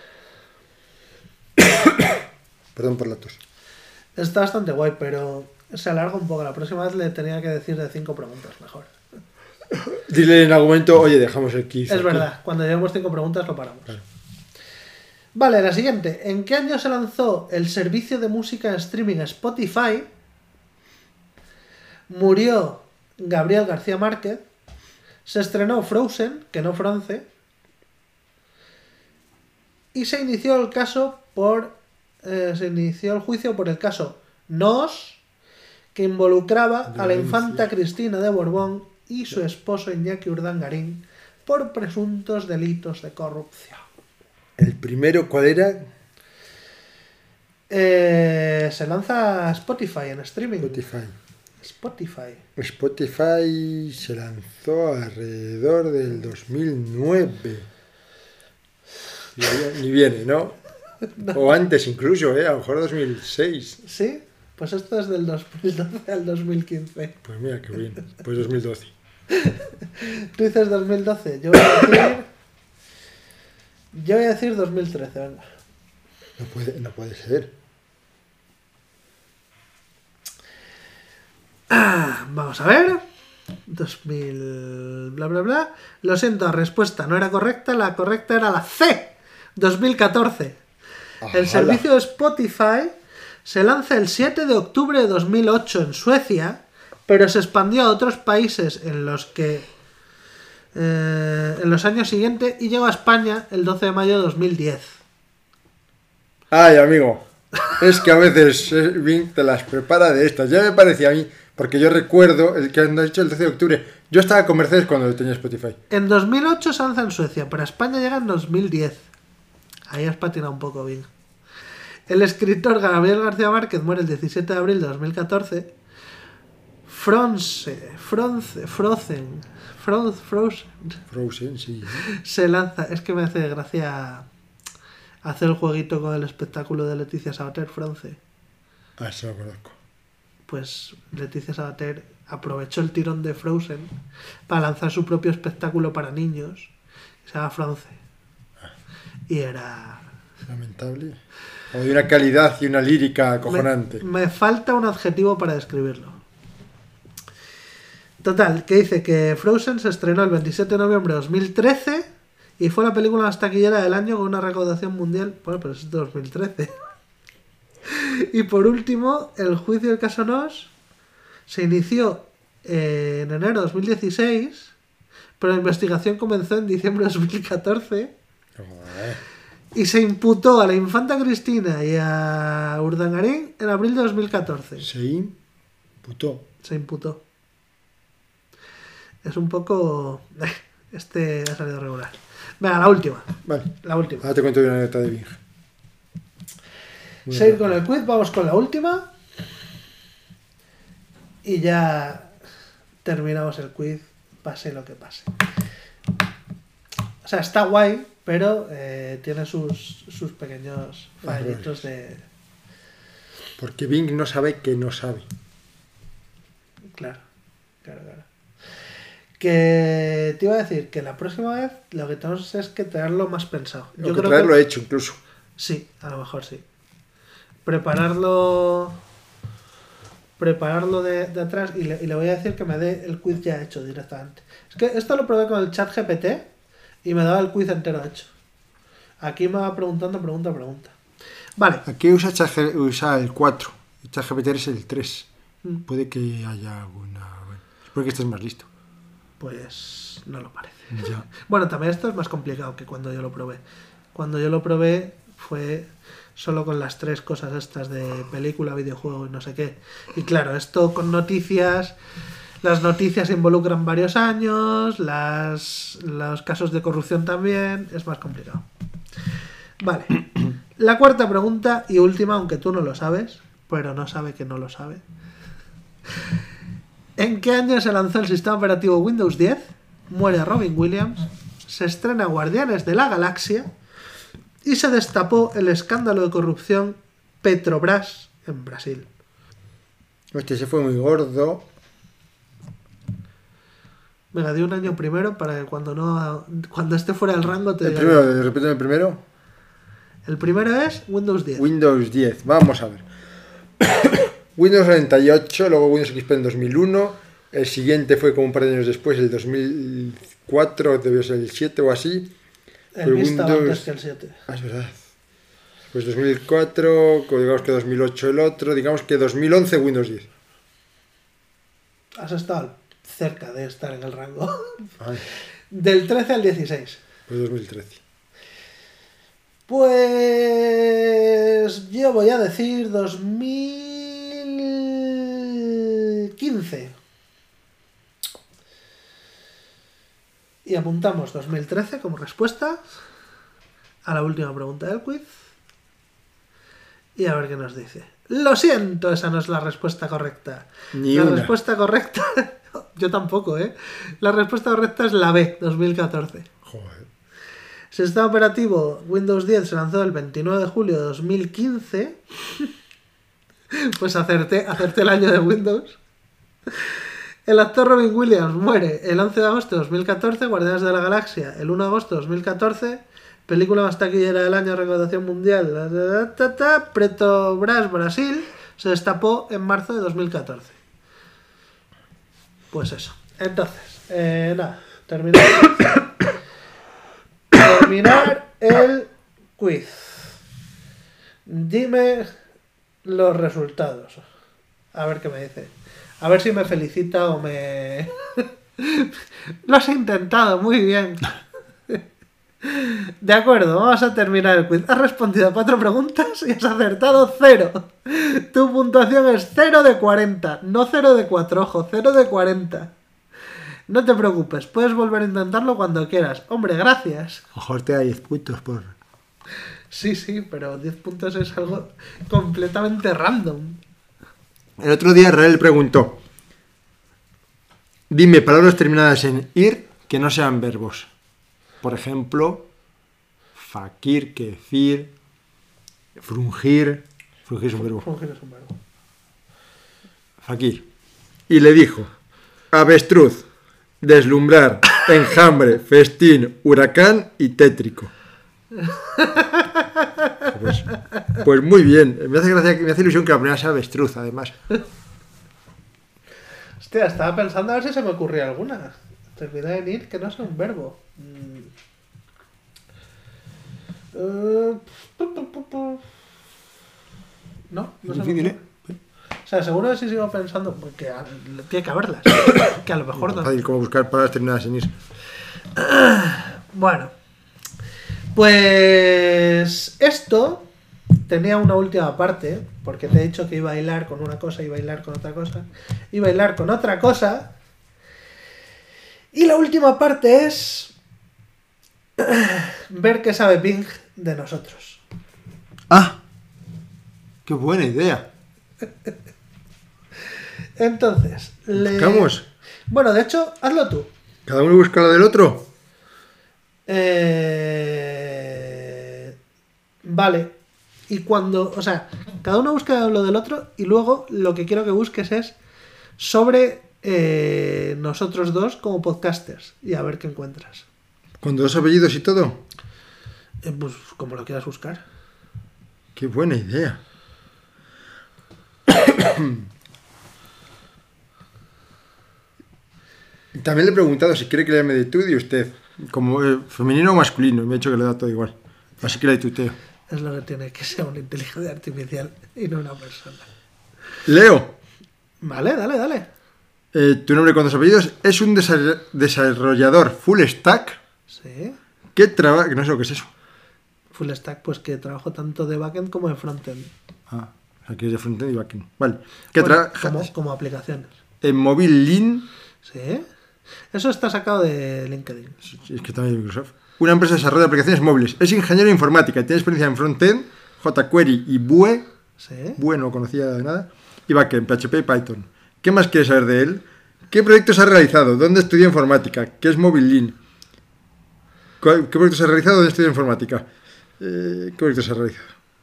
Perdón por la tos. Está bastante guay, pero se alarga un poco. La próxima vez le tenía que decir de 5 preguntas mejor. Dile en algún momento, oye, dejamos el quiz. Es aquí. verdad, cuando llevemos 5 preguntas lo paramos. Claro. Vale, la siguiente. ¿En qué año se lanzó el servicio de música en streaming Spotify? Murió Gabriel García Márquez. Se estrenó Frozen, que no France. Y se inició el caso se inició el juicio por el caso Nos, que involucraba a la Violencia. infanta Cristina de Borbón y su esposo Iñaki Urdangarín por presuntos delitos de corrupción. El primero, ¿cuál era? Se lanza Spotify en streaming. Spotify. Spotify se lanzó alrededor del 2009. Ni viene, ¿no? O antes incluso, a lo mejor 2006. ¿Sí? Pues esto es del 2012 al 2015. Pues mira, qué bien. Pues 2012. Tú dices 2012. Yo voy a decir 2013, venga. No puede ser. Vamos a ver. 2000... bla bla bla. Lo siento, la respuesta no era correcta. La correcta era la C. 2014. El Ajala. servicio de Spotify se lanza el 7 de octubre de 2008 en Suecia, pero se expandió a otros países en los que en los años siguientes y llegó a España el 12 de mayo de 2010. Ay, amigo. Es que a veces Bing te las prepara de estas. Ya me parecía a mí, porque yo recuerdo el que han dicho el 12 de octubre. Yo estaba con Mercedes cuando tenía Spotify. En 2008 se lanza en Suecia, pero a España llega en 2010. Ahí has patinado un poco bien. El escritor Gabriel García Márquez muere el 17 de abril de 2014. Frozen, sí. Se lanza. Es que me hace gracia hacer el jueguito con el espectáculo de Leticia Sabater, France. Ah, eso lo conozco. Pues Leticia Sabater aprovechó el tirón de Frozen para lanzar su propio espectáculo para niños, que se llama France. Y era... Lamentable. O de una calidad y una lírica acojonante. Me falta un adjetivo para describirlo. Total, que dice que Frozen se estrenó el 27 de noviembre de 2013 y fue la película más taquillera del año con una recaudación mundial... Bueno, pero es de 2013. Y por último, el juicio del caso Nos se inició en enero de 2016, pero la investigación comenzó en diciembre de 2014 y se imputó a la infanta Cristina y a Urdangarín en abril de 2014. Se imputó. Se imputó. Es un poco... Este ha salido regular. Venga, la última. Vale. La última. Ahora te cuento una anécdota de Bing. Seguir con el quiz, vamos con la última. Y ya terminamos el quiz, pase lo que pase. O sea, está guay, pero tiene sus pequeños fallitos de... Porque Bing no sabe que no sabe. Claro. Que te iba a decir que la próxima vez lo que tenemos es que tenerlo más pensado. Yo creo traerlo que... hecho incluso. Sí, a lo mejor sí. Prepararlo de atrás y le voy a decir que me dé el quiz ya hecho directamente. Es que esto lo probé con el chat GPT Y me daba el quiz entero hecho. Aquí me va preguntando, pregunta. Vale. Aquí usa el 4. Y ChatGPT es el 3. Puede que haya alguna... Bueno, espero que estés más listo. Pues no lo parece. Ya. Bueno, también esto es más complicado que cuando yo lo probé. Cuando yo lo probé fue solo con las 3 cosas estas de película, videojuego y no sé qué. Y claro, esto con noticias... Las noticias involucran varios años, los casos de corrupción también, es más complicado. Vale. La cuarta pregunta y última, aunque tú no lo sabes, pero no sabe que no lo sabe. ¿En qué año se lanzó el sistema operativo Windows 10? Muere Robin Williams, se estrena Guardianes de la Galaxia y se destapó el escándalo de corrupción Petrobras en Brasil. Hostia, ese fue muy gordo. Venga, di un año primero para que cuando esté fuera del rango te El diga. primero, repíteme el primero. El primero es Windows 10. Windows 10, vamos a ver. Windows 98, luego Windows XP en 2001. El siguiente fue como un par de años después, el 2004, debió ser el 7 o así. El Vista antes que el 7. Ah, es verdad. Pues 2004, digamos que 2008 el otro, digamos que 2011 Windows 10. Has estado cerca de estar en el rango. Ay, Del 13 al 16. pues 2013. Pues yo voy a decir 2015. Y apuntamos 2013 como respuesta a la última pregunta del quiz. Y a ver qué nos dice. Lo siento, esa no es la respuesta correcta. Ni la una. respuesta correcta... Yo tampoco, ¿eh? La respuesta correcta es la B, 2014. Joder. Sistema operativo Windows 10 se lanzó el 29 de julio de 2015. Pues acerté el año de Windows. El actor Robin Williams muere el 11 de agosto de 2014. Guardianes de la Galaxia el 1 de agosto de 2014. Película más taquillera del año, recaudación mundial. Petrobras Brasil se destapó en marzo de 2014. Pues eso. Entonces, nada, terminar el quiz. Dime los resultados. A ver qué me dice. A ver si me felicita o me... Lo has intentado, muy bien. De acuerdo, vamos a terminar el quiz. Has respondido a 4 preguntas y has acertado 0. Tu puntuación es 0 de 40, no 0 de 4, ojo, 0 de 40. No te preocupes, puedes volver a intentarlo cuando quieras. Hombre, gracias. Mejor te da 10 puntos por... Sí, pero 10 puntos es algo completamente random. El otro día Rael preguntó: dime palabras terminadas en ir que no sean verbos. Por ejemplo, fakir, kefir, frungir. Frungir es un verbo. Frungir es un verbo. Fakir. Y le dijo: avestruz, deslumbrar, enjambre, festín, huracán y tétrico. Pues muy bien. Me hace ilusión que la primera sea avestruz, además. Hostia, estaba pensando a ver si se me ocurría alguna. Terminar en ir que no sea un verbo. No se me Difícil, ocurre. O sea, seguro que si sigo pensando, porque tiene que haberlas. Que a lo mejor no. Fácil como buscar palabras terminadas en ir. Bueno, pues esto tenía una última parte, porque te he dicho que iba a hilar con una cosa y bailar con otra cosa, y bailar con otra cosa. Y la última parte es ver qué sabe Bing de nosotros. ¡Ah! ¡Qué buena idea! Entonces, ¿Buscamos? Bueno, de hecho, hazlo tú. ¿Cada uno busca lo del otro? Vale. Y cuando, o sea, cada uno busca lo del otro y luego lo que quiero que busques es sobre nosotros dos como podcasters y a ver qué encuentras. ¿Con 2 apellidos y todo? Pues como lo quieras buscar. ¡Qué buena idea! También le he preguntado si quiere que le llame de tú y usted, como femenino o masculino, y me ha dicho que le da todo igual. Así que le tuteo. Es lo que tiene que ser una inteligencia artificial y no una persona. Leo, Vale, dale. tu nombre con 2 apellidos, es un desarrollador full stack Sí. que trabaja... No sé lo que es eso. Full stack, pues que trabajo tanto de backend como de frontend. Ah, o sea, que es de frontend y backend. Vale. Que Bueno, trabaja como aplicaciones. en Mobile Lean. Sí. Eso está sacado de LinkedIn. Es que también de Microsoft. Una empresa de desarrollo de aplicaciones móviles. Es ingeniero informática. Tiene experiencia en frontend, jQuery y Vue. Sí. Vue no conocía de nada. Y backend, PHP y Python. ¿Qué más quieres saber de él? ¿Qué proyectos ha realizado? ¿Dónde estudia informática? ¿Qué es Mobile Lean? ¿Qué proyectos ha realizado? ¿Dónde estudia informática? ¿Qué proyectos ha realizado?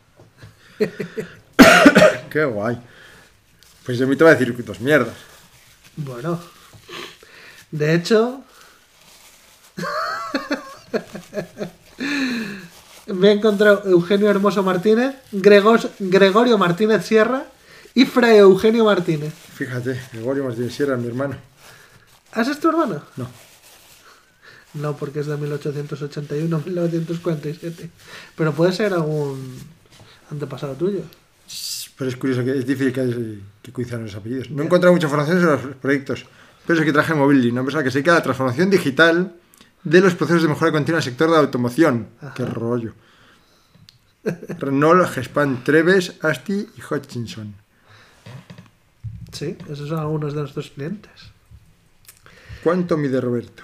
Qué guay. Pues de mí te va a decir 2 mierdas. Bueno. De hecho... me he encontrado Eugenio Hermoso Martínez, Gregorio Martínez Sierra y Fray Eugenio Martínez. Fíjate, Gregorio Martínez Sierra, mi hermano. ¿Ese es tu hermano? No. No, porque es de 1881-1947. Pero puede ser algún antepasado tuyo. Pero es curioso que es difícil que coincidan los apellidos. No he encontrado mucha información sobre los proyectos, pero es que traje Mobile, una empresa que se dedica a la transformación digital de los procesos de mejora continua en el sector de la automoción. Ajá. Qué rollo. Renault, Gespan, Treves, Asti y Hutchinson. Sí, esos son algunos de nuestros clientes. ¿Cuánto mide Roberto?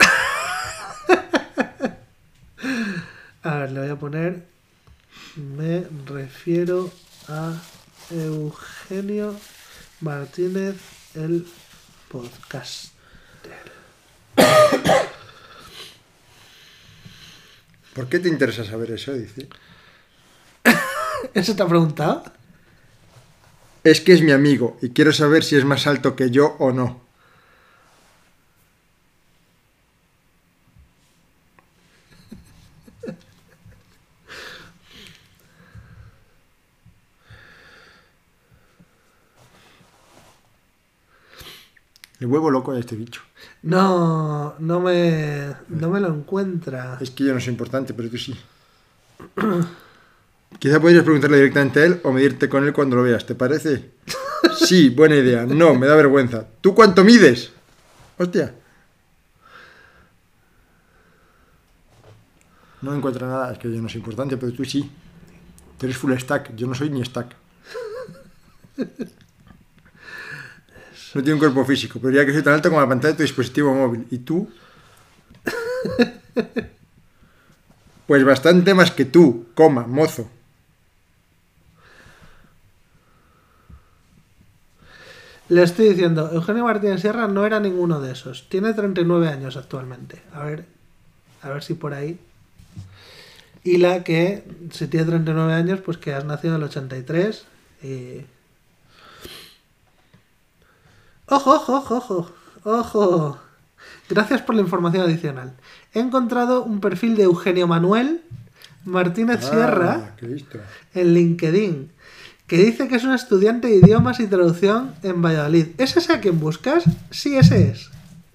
A ver, le voy a poner... Me refiero a Eugenio Martínez, el podcaster. ¿Por qué te interesa saber eso? Dice. ¿Eso te ha preguntado? Es que es mi amigo y quiero saber si es más alto que yo o no. Le vuelvo loco a este bicho. No me lo encuentra. Es que yo no soy importante, pero tú sí. Quizá podrías preguntarle directamente a él o medirte con él cuando lo veas, ¿te parece? Sí, buena idea. No, me da vergüenza. ¿Tú cuánto mides? Hostia. No encuentra nada, es que yo no soy importante, pero tú sí. Tú eres full stack, yo no soy ni stack. No tiene un cuerpo físico, pero diría que soy tan alto como la pantalla de tu dispositivo móvil. ¿Y tú? Pues bastante más que tú, coma, mozo. Le estoy diciendo, Eugenio Martínez Sierra no era ninguno de esos. Tiene 39 años actualmente. A ver si por ahí. Y la que, si tiene 39 años, pues que has nacido en el 83. Y... ¡Ojo! Gracias por la información adicional. He encontrado un perfil de Eugenio Manuel Martínez Sierra qué listo. en LinkedIn, que dice que es un estudiante de idiomas y traducción en Valladolid. ¿Es ese a quien buscas? Sí, ese es.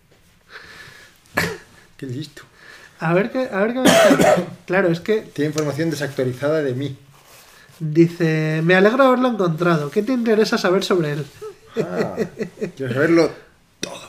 Qué listo. A ver qué me dice. Claro, es que Tiene información desactualizada de mí. dice, me alegro de haberlo encontrado. ¿Qué te interesa saber sobre él? Quiero saberlo todo.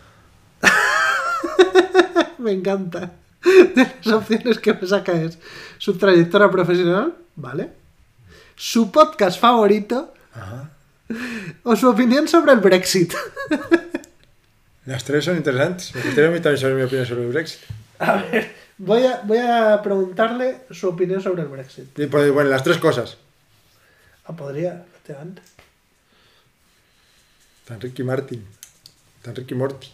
Me encanta. De las opciones que me saca es su trayectoria profesional, ¿vale? Su podcast favorito Ajá. o su opinión sobre el Brexit. Las tres son interesantes. Me gustaría a mí también saber mi opinión sobre el Brexit. A ver, voy a preguntarle su opinión sobre el Brexit. Y, pues, bueno, las tres cosas. Podría, efectivamente. Tan Ricky Martin. Tan Ricky Morty.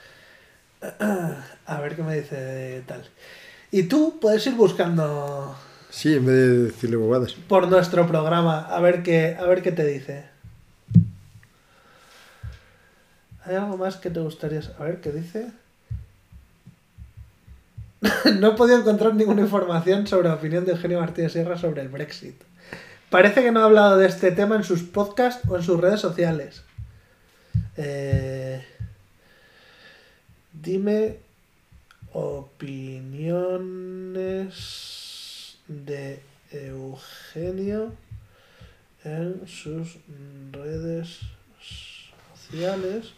A ver qué me dice de tal. Y tú puedes ir buscando Sí, en vez de decirle bobadas. por nuestro programa a ver qué te dice. ¿Hay algo más que te gustaría saber? A ver qué dice. No he podido encontrar ninguna información sobre la opinión de Eugenio Martínez Sierra sobre el Brexit. Parece que no ha hablado de este tema en sus podcasts o en sus redes sociales. opiniones de Eugenio en sus redes sociales.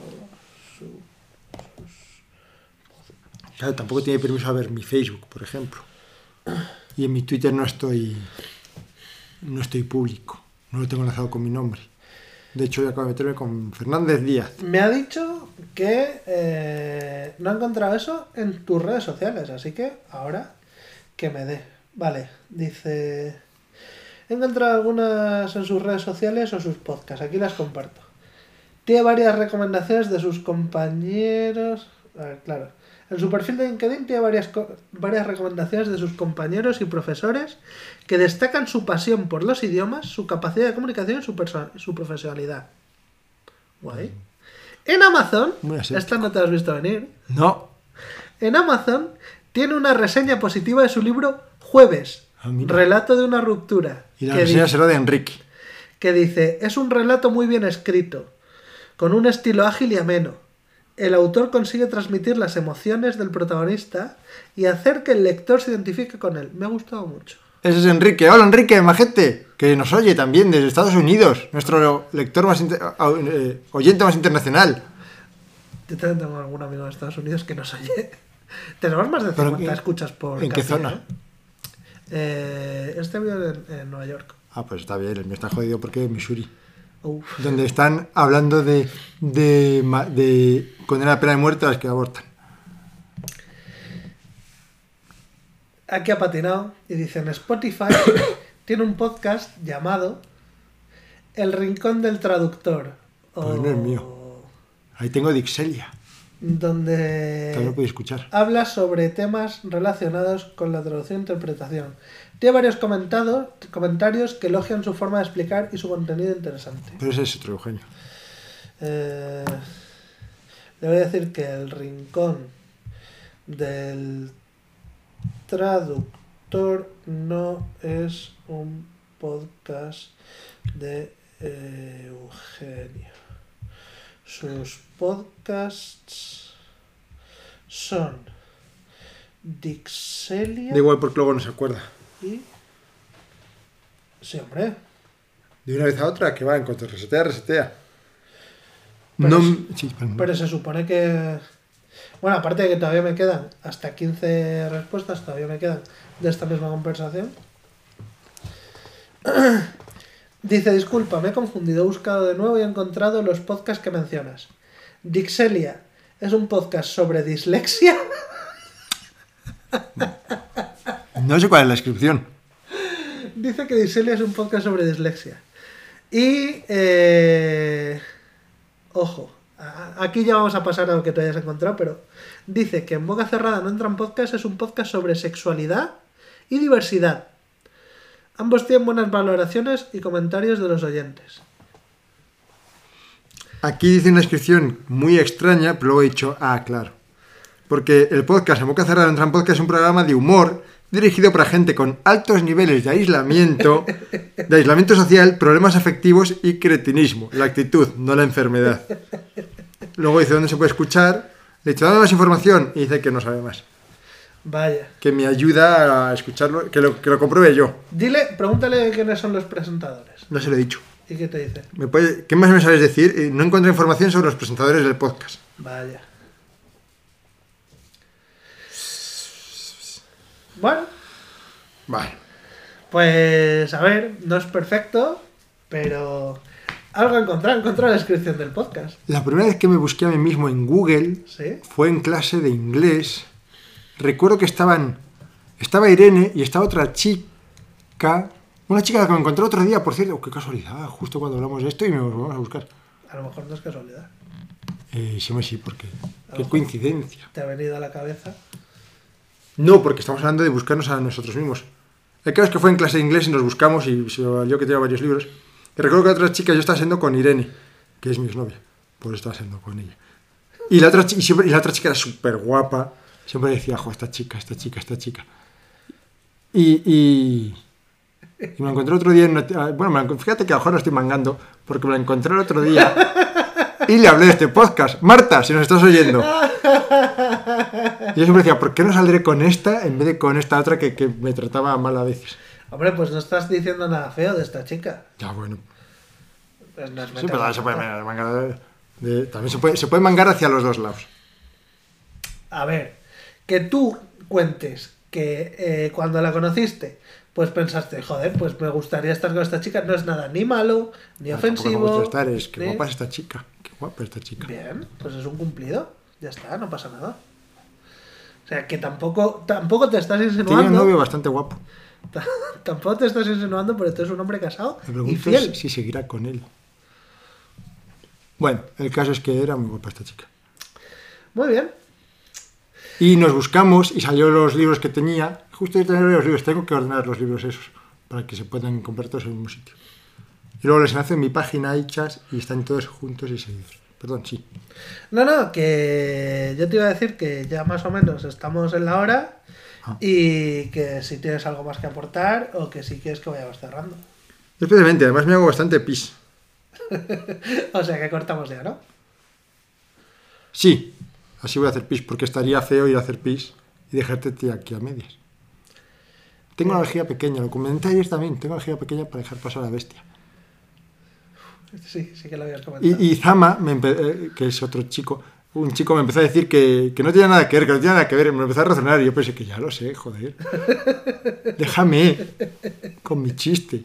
Claro, tampoco tiene permiso a ver mi Facebook, por ejemplo. Y en mi Twitter no estoy público. No lo tengo enlazado con mi nombre. De hecho, yo acabo de meterme con Fernández Díaz. Me ha dicho que no ha encontrado eso en tus redes sociales, así que ahora que me dé. Vale, dice... He encontrado algunas en sus redes sociales o sus podcasts, aquí las comparto. Tiene varias recomendaciones de sus compañeros... A ver, claro. En su perfil de LinkedIn tiene varias recomendaciones de sus compañeros y profesores que destacan su pasión por los idiomas, su capacidad de comunicación y su profesionalidad. Guay. En Amazon, esta no te has visto venir. No. En Amazon tiene una reseña positiva de su libro Jueves, relato de una ruptura. Y la reseña será de Enrique. Que dice, es un relato muy bien escrito, con un estilo ágil y ameno. El autor consigue transmitir las emociones del protagonista y hacer que el lector se identifique con él. Me ha gustado mucho. Ese es Enrique. Hola Enrique, majete, que nos oye también desde Estados Unidos. Nuestro lector más oyente más internacional. Yo también tengo algún amigo de Estados Unidos que nos oye. Tenemos más de 50 escuchas por ¿En qué zona? Este vive en Nueva York. Ah, pues está bien. El mío está jodido porque es Missouri. Donde están hablando de condenar a pena de muerte a las que abortan. Aquí ha patinado y dice, en Spotify tiene un podcast llamado El Rincón del Traductor. Pues no es mío. Ahí tengo Dixelia. Donde también lo podéis escuchar. Habla sobre temas relacionados con la traducción e interpretación. Tiene varios comentarios que elogian su forma de explicar y su contenido interesante. Pero ese es otro Eugenio. Le voy a decir que El Rincón del Traductor no es un podcast de Eugenio. Sus podcasts son Dixelia. Da igual porque luego no se acuerda. Y... Sí, hombre. De una vez a otra, que va, en cuanto resetea. Pero, no... pero se supone que... Bueno, aparte de que todavía me quedan hasta 15 respuestas, todavía me quedan de esta misma conversación. Dice, disculpa, me he confundido, he buscado de nuevo y he encontrado los podcasts que mencionas. Dixelia es un podcast sobre dislexia. No sé cuál es la descripción. Dice que Dixelia es un podcast sobre dislexia. Y... ojo, aquí ya vamos a pasar a lo que tú hayas encontrado, pero dice que En Boca Cerrada no entran podcasts, es un podcast sobre sexualidad y diversidad. Ambos tienen buenas valoraciones y comentarios de los oyentes. Aquí dice una descripción muy extraña, pero luego he dicho, claro. Porque el podcast En Boca Cerrada no entran podcasts es un programa de humor dirigido para gente con altos niveles de aislamiento social, problemas afectivos y cretinismo. La actitud, no la enfermedad. Luego dice dónde se puede escuchar. Le he dicho, dame más información. Y dice que no sabe más. Vaya. Que me ayuda a escucharlo, que lo compruebe yo. Pregúntale quiénes son los presentadores. No se lo he dicho. ¿Y qué te dice? ¿Qué más me sabes decir? No encuentro información sobre los presentadores del podcast. Vaya. Bueno. Vale. Pues, a ver, no es perfecto, pero algo he encontrado la descripción del podcast. La primera vez que me busqué a mí mismo en Google, ¿sí?, fue en clase de inglés. Recuerdo que estaba Irene y estaba otra chica, una chica que me encontré otro día, por cierto. Qué casualidad, justo cuando hablamos de esto y me volvemos a buscar. A lo mejor no es casualidad. Sí, porque qué coincidencia. ¿Te ha venido a la cabeza? No, porque estamos hablando de buscarnos a nosotros mismos. El caso es que fue en clase de inglés y nos buscamos y se valió que tenía varios libros. Y recuerdo que la otra chica, yo estaba siendo con Irene, que es mi exnovia, pues estaba siendo con ella. Y la otra chica era súper guapa. Siempre decía, esta chica. Y me la encontré otro día fíjate que a lo mejor lo estoy mangando, porque me la encontré el otro día y le hablé de este podcast. Marta, si nos estás oyendo. Y yo siempre decía, ¿por qué no saldré con esta en vez de con esta otra que me trataba mal a veces? Hombre, pues no estás diciendo nada feo de esta chica. Ya, bueno. Pues nos Sí, metemos pero también se puede en- mangar. También se puede mangar hacia los dos lados. A ver, que tú cuentes que cuando la conociste, pues pensaste, joder, pues me gustaría estar con esta chica, no es nada ni malo, ni Tampoco me ofensivo. gusta estar, es que ni- guapa es esta chica. Qué guapa esta chica. Bien, pues es un cumplido, ya está, no pasa nada. O sea, que tampoco te estás Tiene un insinuando, novio bastante guapo. tampoco te estás insinuando, pero tú eres un hombre casado Me y pregunto fiel. si seguirá con él. Bueno, el caso es que era muy guapa esta chica. Muy bien. Y nos buscamos y salió los libros que tenía. Justo yo tenía los libros, tengo que ordenar los libros esos para que se puedan comprar todos en un mismo sitio. Y luego les enlazo en mi página hechas y están todos juntos y seguidos. Perdón, sí. No, que yo te iba a decir que ya más o menos estamos en la hora y que si tienes algo más que aportar o que si quieres que vayamos cerrando. Especialmente, además me hago bastante pis. O sea que cortamos ya, ¿no? Sí, así voy a hacer pis, porque estaría feo ir a hacer pis y dejarte aquí a medias. Tengo una vejiga pequeña, lo comenté ayer también, tengo una vejiga pequeña para dejar pasar a la bestia. Sí que lo habías comentado. Y Zama, que es otro chico, un chico me empezó a decir que no tenía nada que ver, me empezó a razonar y yo pensé que ya lo sé, joder. Déjame con mi chiste.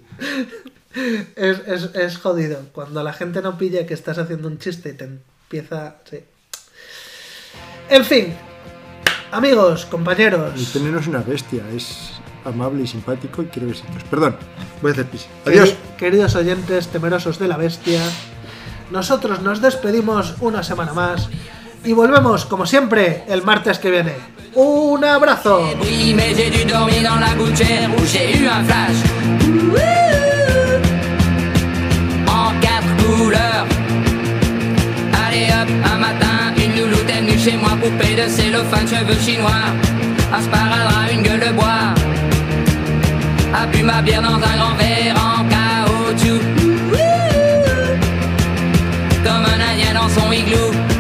Es jodido. Cuando la gente no pilla que estás haciendo un chiste y te empieza... Sí. En fin. Amigos, Mi compañeros. pene no es una bestia, es amable y simpático y quiere besitos. Perdón, voy a hacer pis. Adiós. Queridos oyentes temerosos de la bestia. Nosotros nos despedimos una semana más. Y volvemos, como siempre, el martes que viene. ¡Un abrazo! Oui, mais j'ai dû dormir dans la gouttière où j'ai eu un flash. En 4 couleurs. Allez hop, un matin, une louloute est venue chez moi, poupée de cellophane, cheveux chinois. Un sparadrap, une gueule de bois. A bu ma bière dans un grand verre en caoutchouc. Comme un indien dans son igloo.